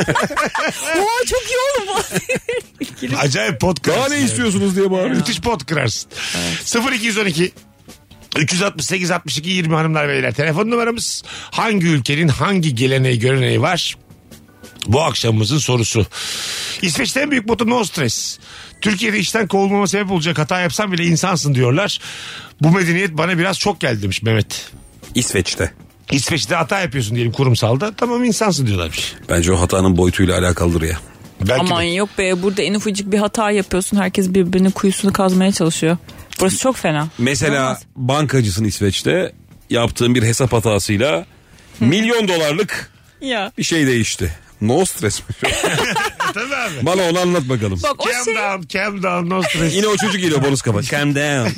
Oo çok iyi oğlum. Acayip pot Daha kırarsın. ne yani. istiyorsunuz diye bağırıyor. Müthiş pot kırarsın. sıfır iki on iki üç altı sekiz altmış iki yirmi hanımlar beyler. Telefon numaramız. Hangi ülkenin hangi geleneği göreneği var? Bu akşamımızın sorusu. İsveç'te en büyük moto no stress. Türkiye'de işten kovulmama sebep olacak hata yapsam bile insansın diyorlar. Bu medeniyet bana biraz çok geldi demiş Mehmet. İsveç'te. İsveç'te hata yapıyorsun diyelim kurumsalda. Tamam insansın diyorlarmış. Bence o hatanın boyutuyla alakalıdır ya. Belki Aman de. yok be burada en ufacık bir hata yapıyorsun. Herkes birbirinin kuyusunu kazmaya çalışıyor. Burası çok fena. Mesela Olmaz. bankacısın İsveç'te yaptığın bir hesap hatasıyla milyon dolarlık Ya. bir şey değişti. No stress mi? Tabii abi. Bana onu anlat bakalım. Bak o Cam şey down, cam down, no stress. Yine o çocuk geliyor bonus kafa. Calm down.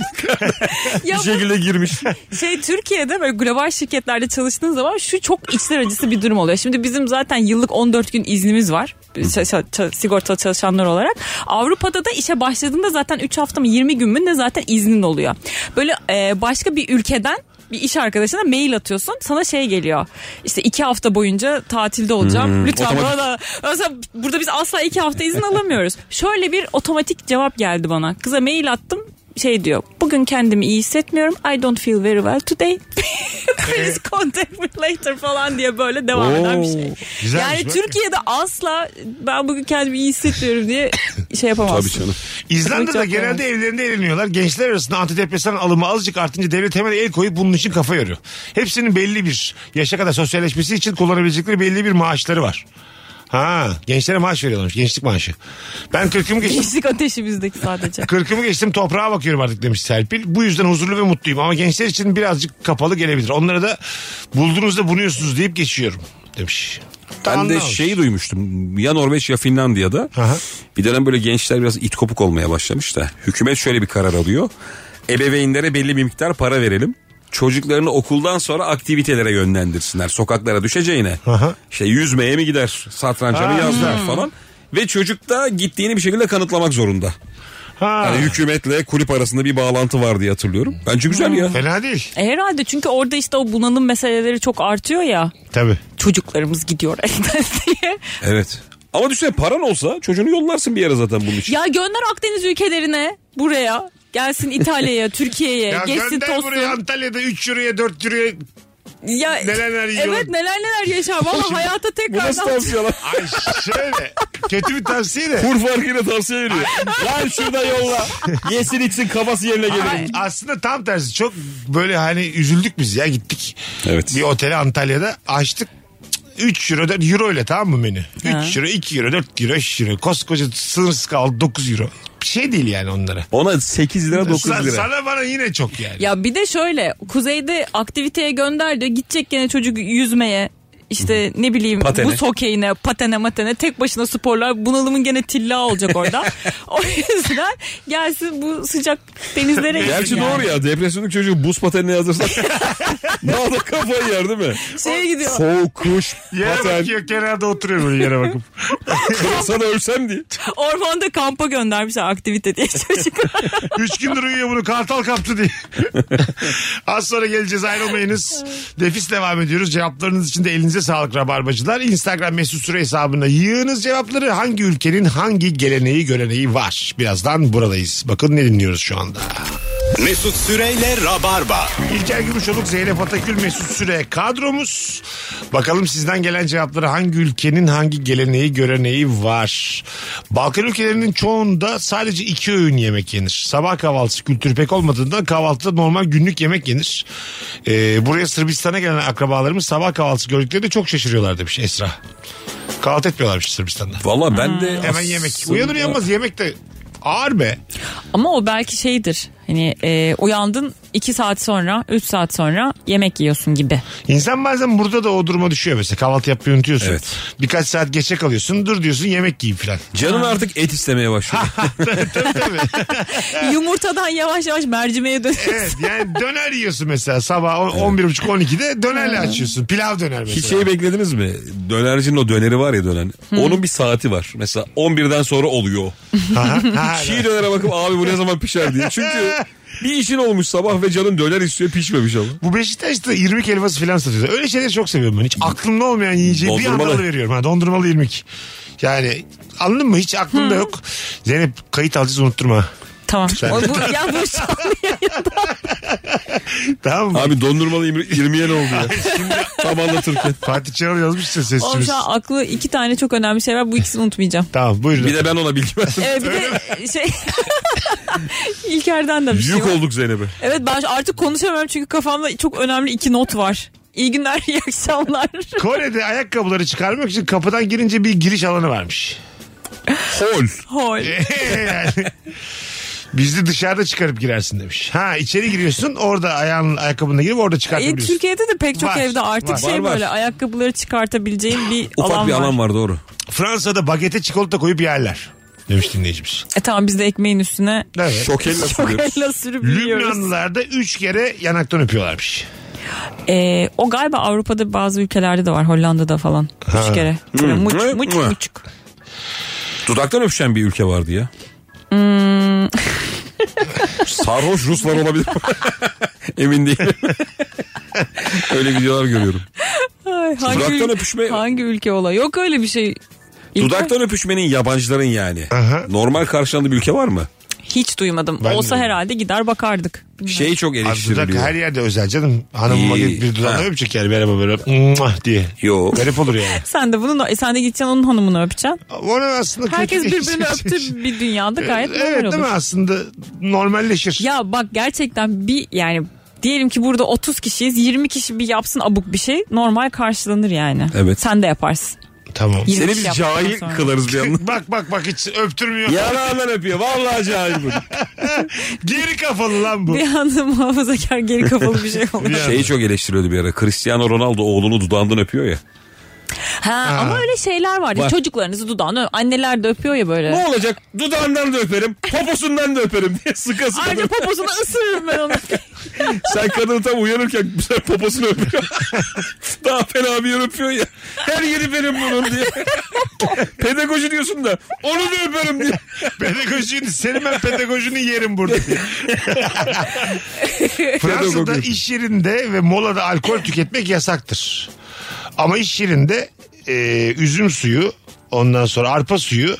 ya Bir şekilde girmiş. şey Türkiye'de böyle global şirketlerde çalıştığın zaman şu çok içler acısı bir durum oluyor. Şimdi bizim zaten yıllık on dört gün iznimiz var. Ç- ç- sigortalı çalışanlar olarak. Avrupa'da da işe başladığında zaten üç hafta mı yirmi gün mü ne zaten iznin oluyor. Böyle e, başka bir ülkeden bir iş arkadaşına mail atıyorsun. Sana şey geliyor. İşte iki hafta boyunca tatilde olacağım. Hmm, Lütfen otomatik. bana da. Mesela burada biz asla iki hafta izin alamıyoruz. Şöyle bir otomatik cevap geldi bana. Kıza mail attım. Şey diyor. Bugün kendimi iyi hissetmiyorum. I don't feel very well today. Please contact me later falan diye böyle devam eden bir şey. Güzelmiş Yani bak. Türkiye'de asla ben bugün kendimi iyi hissetmiyorum diye şey yapamazsın. Tabii canım. İzlanda'da Çok genelde evlerinde eğleniyorlar. Gençler arasında antidepresan alımı azıcık artınca devlet hemen el koyup bunun için kafa yoruyor. Hepsinin belli bir yaşa kadar sosyalleşmesi için kullanabilecekleri belli bir maaşları var. Ha, gençlere maaş veriyorlarmış. Gençlik maaşı. Ben kırkımı geçtim. Gençlik ateşimizdeki sadece. Kırkımı geçtim, toprağa bakıyorum artık demiş Serpil. Bu yüzden huzurlu ve mutluyum ama gençler için birazcık kapalı gelebilir. Onlara da bulduğunuzda bunuyorsunuz deyip geçiyorum demiş. Ben de Anlamamış. şeyi duymuştum. Ya Norveç ya Finlandiya'da. Aha. Bir dönem böyle gençler biraz it kopuk olmaya başlamış da. Hükümet şöyle bir karar alıyor. Ebeveynlere belli bir miktar para verelim. Çocuklarını okuldan sonra aktivitelere yönlendirsinler. Sokaklara düşeceğine. Aha. İşte yüzmeye mi gider? Satranca mı Ha. yazlar falan. Ve çocuk da gittiğini bir şekilde kanıtlamak zorunda. Ha. Yani hükümetle kulüp arasında bir bağlantı var diye hatırlıyorum. Bence güzel ya. Fena değil. E herhalde çünkü orada işte o bunalım meseleleri çok artıyor ya. Tabii. Çocuklarımız gidiyor elden diye. Evet. Ama düşünsene paran olsa çocuğunu yollarsın bir yere zaten bunun için. Ya gönder Akdeniz ülkelerine buraya. Gelsin İtalya'ya, Türkiye'ye. Ya geçsin gönder tozsun. buraya Antalya'da üç euroya dört euroya Ya, neler neler yiyor. evet neler neler yaşar. Valla hayata Bu tekrar. nasıl tavsiye lan? Ay şöyle. Kötü bir tavsiye de. Kur farkıyla tavsiye veriyor. Lan şurada yolla. Yesin içsin kafası yerine gelir. Aslında tam tersi. Çok böyle hani üzüldük biz ya, gittik. Evet. Bir otele Antalya'da açtık. üç euro dört euro ile, tamam mı menü? Ha. üç euro, iki euro, dört euro, beş euro. Koskoca sınırsız kaldı dokuz euro. Bir şey değil yani onlara. Ona sekiz lira dokuz Sa- lira. Sana bana yine çok yani. Ya bir de şöyle kuzeyde aktiviteye gönderdi. Gidecek gene çocuk yüzmeye. İşte ne bileyim Patene. buz hokeyine, patene matene tek başına sporlar, bunalımın gene tilla olacak orada. O yüzden gelsin bu sıcak denizlere gitsin. Gerçi yani. doğru ya, depresyonluk çocuğu buz patenine yazırsak daha da kafayı yer değil mi? Şeye gidiyor. Soğuk, kuş, Yere paten. bakıyor, kenarda oturuyor böyle yere bakıp. Sana ölsem diye. Ormanda kampa göndermişler aktivite diye çocuk. Üç gündür uyuyor, bunu kartal kaptı diye. Az sonra geleceğiz, ayrılmayınız. Nefis devam ediyoruz. Cevaplarınız için de elinize sağlık Rabarbacılar. Instagram mesut süre hesabına yığınız cevapları. Hangi ülkenin hangi geleneği göreneği var? Birazdan buradayız. Bakın ne dinliyoruz şu anda. Mesut Süreyle Rabarba. İlker Gümüşoluk, Zeynep Atakül, Mesut Süre kadromuz. Bakalım sizden gelen cevapları, hangi ülkenin hangi geleneği göreneği var? Balkan ülkelerinin çoğunda sadece iki öğün yemek yenir. Sabah kahvaltısı kültürü pek olmadığında kahvaltıda normal günlük yemek yenir. Ee, buraya Sırbistan'a gelen akrabalarımız sabah kahvaltısı gördüklerinde çok şaşırıyorlar demiş Esra. Kahvaltı etmiyorlarmış Sırbistan'da. Valla ben de Hemen yemek. Uyanır uyanmaz yemek de ağır be. Ama o belki şeydir. Hani e, uyandın iki saat sonra, üç saat sonra yemek yiyorsun gibi. İnsan bazen burada da o duruma düşüyor mesela. Kahvaltı yapmayı unutuyorsun. Evet. Birkaç saat geçe kalıyorsun. Dur diyorsun, yemek yiyeyim falan. canın artık et istemeye başlıyor. Tabii tabii. Yumurtadan yavaş yavaş mercimeğe dönüyorsun. Evet, yani döner yiyorsun mesela sabah on bir buçuk on ikide dönerle açıyorsun. Pilav döner mesela. Hiç şey beklediniz mi? Dönercinin o döneri var ya, dönen. Onun bir saati var. Mesela on birden sonra oluyor o. Ha, ha, Çiğ dönere bakıp abi bu ne zaman pişer diye. Çünkü bir işin olmuş sabah ve canın döner istiyor, pişmemiş ama. Bu Beşiktaş'ta irmik helvası falan satıyor. Öyle şeyleri çok seviyorum ben. Hiç aklımda olmayan yiyeceği bir Dondurmalı. anda veriyorum. Ha, dondurmalı irmik. Yani anladın mı? Hiç aklımda yok. Zeynep, kayıt alacağız, unutturma. Tamam. O, bu, ya bu canlı yayında. Tamam mı? Abi dondurmalı irmiye ne oldu ya? Tam anlatırken. Fatih Çağrı yazmışsın Oğlum sesimiz. şu an aklı iki tane çok önemli şey var. Bu ikisini unutmayacağım. Tamam, buyurun. Bir de ben ona bilgi verdim. Evet bir de şey İlker'den de bir şey Yük var. olduk Zeynep'e. Evet ben artık konuşamıyorum çünkü kafamda çok önemli iki not var. İyi günler, iyi akşamlar. Kore'de ayakkabıları çıkarmak için kapıdan girince bir giriş alanı varmış. Hol. Hol. yani, Bizde dışarıda çıkarıp girersin demiş. Ha içeri giriyorsun orada ayağın ayakkabına girip orada E, çıkartabiliyorsun. Türkiye'de de pek çok Var, evde artık var. şey Var, var. böyle ayakkabıları çıkartabileceğin bir Ufak alan bir var. alan var doğru. Fransa'da bagete çikolata koyup yerler. Demiş dinleyicimiz. E tamam biz de ekmeğin üstüne Evet. Şokella sürüyoruz. şokayla sürüp yiyoruz. Lübnanlılar da üç kere yanaktan öpüyorlarmış. E, o galiba Avrupa'da bazı ülkelerde de var. Hollanda'da falan. Ha. Üç kere. Böyle Hmm. muç Hı, muç hı. muç. Dudaktan öpüşen bir ülke vardı ya. Hmm. Sarhoş Ruslar olabilir. Emin değilim. Öyle videolar görüyorum. Ay, hangi, Dudaktan ül- öpüşme- hangi ülke ola? Yok öyle bir şey. İlk Dudaktan öpüşmenin yabancıların yani. Aha. Normal karşılandığı bir ülke var mı? hiç duymadım. Ben Olsa de. herhalde gider bakardık. Şey çok Abi dudak eleştiriliyor. her yerde özel canım. Hanımıma İyi. gidip bir dudağına Ha. öpecek yani merhaba böyle muah diye. Yo. Garip olur yani. Sen de bunu, e, sen de gideceksin onun hanımını öpeceksin. Onu aslında kötü Herkes değil. birbirini öptü bir dünyada gayet normal Evet olur. değil mi aslında normalleşir. Ya bak gerçekten bir yani diyelim ki burada otuz kişiyiz, yirmi kişi bir yapsın abuk bir şey, normal karşılanır yani. Evet. Sen de yaparsın. Tamam. yirmi Seni kişi biz yaptıktan cahil sonra. kılarız bir anda. Bak bak bak hiç öptürmüyor. Yanağından öpüyor. Vallahi cahil bu. Geri kafalı lan bu. Bir anda muhafazakar geri kafalı bir şey oluyor. Bir Şeyi çok eleştiriyordu bir ara. Cristiano Ronaldo oğlunu dudağından öpüyor ya. Ha, ama öyle şeyler var ya, Var. çocuklarınızı dudağına anneler de öpüyor ya böyle. Ne olacak? Dudağından da öperim. Poposundan da öperim diye sıka sıka. Ayrıca poposunu ısırırım ben onu. Sen kadını tam uyanırken güzel poposunu öpüyor. Daha fena bir yer öpüyor ya. Her yeri benim bunun diye. Pedagoji diyorsun da onu da öperim diye. Pedagojini senin ben pedagojini yerim burada. Fransa'da Pedagog. iş yerinde ve molada alkol tüketmek yasaktır. Ama iş yerinde e, üzüm suyu ondan sonra arpa suyu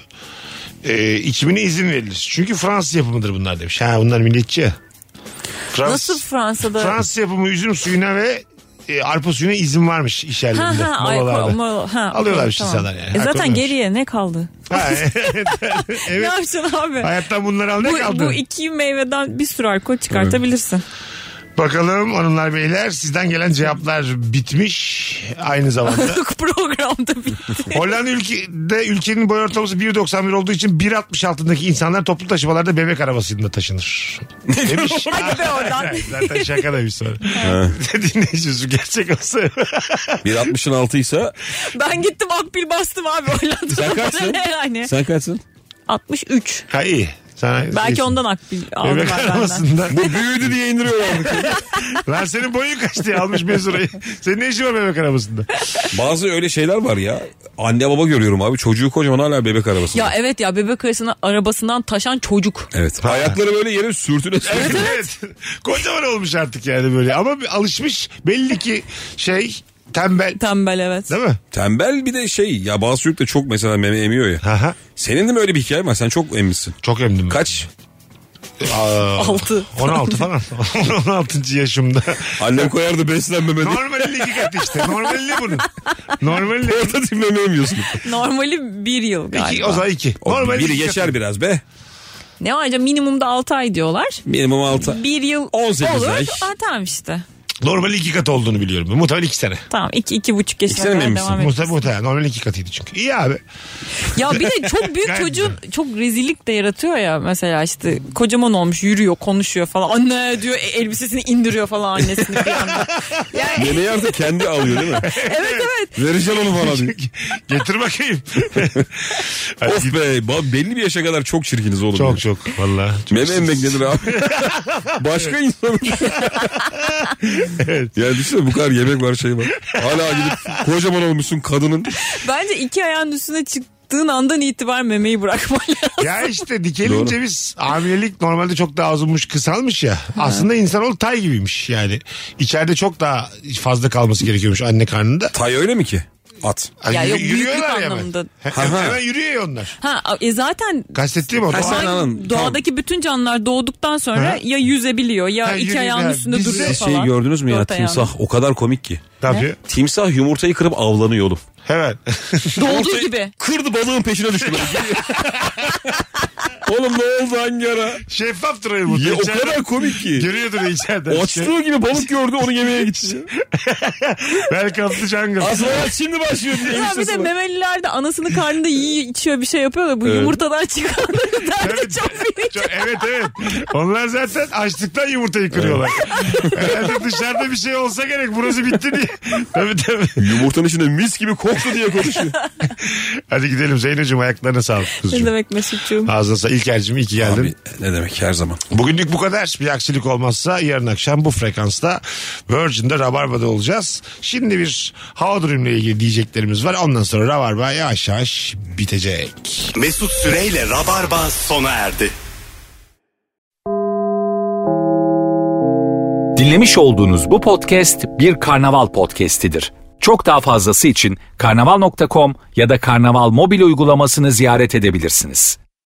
e, içimine izin verilir. Çünkü Fransız yapımıdır bunlar demiş. Ha bunlar milliyetçi ya. Frans- Nasıl Fransa'da? Fransız yapımı üzüm suyuna ve e, arpa suyuna izin varmış iş Ha yerlerinde. ha, ay, molalarda. mol- ha, Alıyorlarmış okey, insanlar yani. E zaten Alkol geriye ne kaldı? Ha, evet. Ne evet. yapacaksın abi? Hayattan bunları al ne Bu, kaldı? bu iki meyveden bir sürü alkol çıkartabilirsin. Bakalım hanımlar beyler sizden gelen cevaplar bitmiş aynı zamanda. Programda bitti. Hollanda ülkede ülkenin boy ortalaması bir doksan bir olduğu için bir altmış altındaki insanlar toplu taşımalarda bebek arabasında taşınır. Demiş. Hadi be oradan. Zaten şaka demiş sonra. Dinleyicisi gerçek olsa. bir altmışın altıysa Ben gittim akbil bastım abi Hollanda'da. sen kaçsın? Ne yani? Sen kaçsın? altmış üç. Ha iyi. Sana Belki iyisin. ondan akbil aldılar Bebek benden. arabasında. Bu büyüdü diye indiriyorlar. Lan senin boyun kaç diye almış mezurayı. Senin ne işin var bebek arabasında? Bazı öyle şeyler var ya. Anne baba görüyorum abi. Çocuğu kocaman hala bebek arabasında. Ya evet ya bebek arasına, arabasından taşan çocuk. Evet. Ayakları böyle yere sürtüne sürtüne. Evet evet. Kocaman olmuş artık yani böyle. Ama bir alışmış belli ki şey tembel. Tembel evet. Değil mi? Tembel bir de şey ya bazı çocuk da çok mesela meme emiyor ya. Aha. Senin de mi öyle bir hikaye var? Sen çok emmişsin. Çok emdim ben. Kaç? Aa, Altı. on altı falan. on altıncı yaşımda. Annem koyardı beslenmeme diye. Normali iki kat işte. Normali bunun. Normali Orada değil meme emiyorsun. Normali bir yıl galiba. iki, o zaman iki. O Normali biri iki geçer katı. biraz be. Ne var acaba, minimumda altı ay diyorlar. Minimum altı. Bir yıl on sekiz olur. ay. Aa, tamam işte. Normali iki kat olduğunu biliyorum. Muhtemelen iki sene. Tamam iki, iki buçuk yaşına İki sene mi kadar emmişsin? devam et. Muhtemelen, muhtemelen. Normali iki katıydı çünkü. İyi abi. Ya bir de çok büyük Gayet çocuğun çok rezillik de yaratıyor ya, mesela işte kocaman olmuş, yürüyor, konuşuyor falan, anne diyor, e, elbisesini indiriyor falan annesini bir anda. Yani Yemeği artık kendi alıyor değil mi? evet evet. Vereceğim onu bana diyor. Getir bakayım. Of be ba- belli bir yaşa kadar çok çirkiniz oğlum. Çok ya. çok valla. Meme emmek nedir abi? Başka insan. Yani düşünsene bu kadar yemek var şey var. Hala gidip kocaman olmuşsun kadının. Bence iki ayağın üstüne çıktığın andan itibaren memeyi bırakman lazım. Ya işte dikelince biz hamilelik normalde çok daha uzunmuş kısalmış ya. Aslında insanoğlu tay gibiymiş yani. İçeride çok daha fazla kalması gerekiyormuş anne karnında. Tay öyle mi ki? At. Hani Ya yürü- yok, büyüklük yürüyorlar ya hemen. anlamında. He- Ha, ha. Hemen yürüyor ya onlar. Ha e zaten Kastettiğim o. Ha, Doğa- sen anladın. doğadaki bütün canlılar doğduktan sonra Ha. ya yüzebiliyor ya Ha, iki yürüyor. ayağının Ha, üstünde biz de- duruyor Siz falan. şeyi gördünüz mü ya Dört ayağın. timsah o kadar komik ki. Ne yapıyor? Timsah yumurtayı kırıp avlanıyor oğlum. Hemen. Doğduğu Yumurtayı gibi. Kırdı balığın peşine düştü. böyle. Oğlum ne oldu hangi ara? Şeffaftır o yumurta. Ya, o İçeriden- kadar komik ki. Görüyordur içeriden. Açtığı gibi balık gördü onu yemeye gitti. Welcome to jungle. Aslında şimdi başlıyor diye. Ya bir de memeliler de anasını karnında yiyor içiyor bir şey yapıyor da bu Evet. yumurtadan çıkanları derdi Tabii. çok büyük. Çok- evet evet. Onlar zaten açlıktan yumurtayı kırıyorlar. Herhalde dışarıda bir şey olsa gerek burası bitti diye. Tabii tabii. Yumurtanın içinde mis gibi koktu diye konuşuyor. Hadi gidelim Zeyno'cum, ayaklarına sağlık Ne kuzucuğum. demek Mesut'cuğum? Ağzına sağlık. İlker'cim iyi ki geldin. Abi ne demek her zaman. Bugünlük bu kadar. Bir aksilik olmazsa yarın akşam bu frekansta Virgin'de Rabarba'da olacağız. Şimdi bir hava durumuyla ilgili diyeceklerimiz var. Ondan sonra Rabarba yavaş yavaş bitecek. Mesut Süreyle Rabarba sona erdi. Dinlemiş olduğunuz bu podcast bir karnaval podcastidir. Çok daha fazlası için karnaval nokta com ya da karnaval mobil uygulamasını ziyaret edebilirsiniz.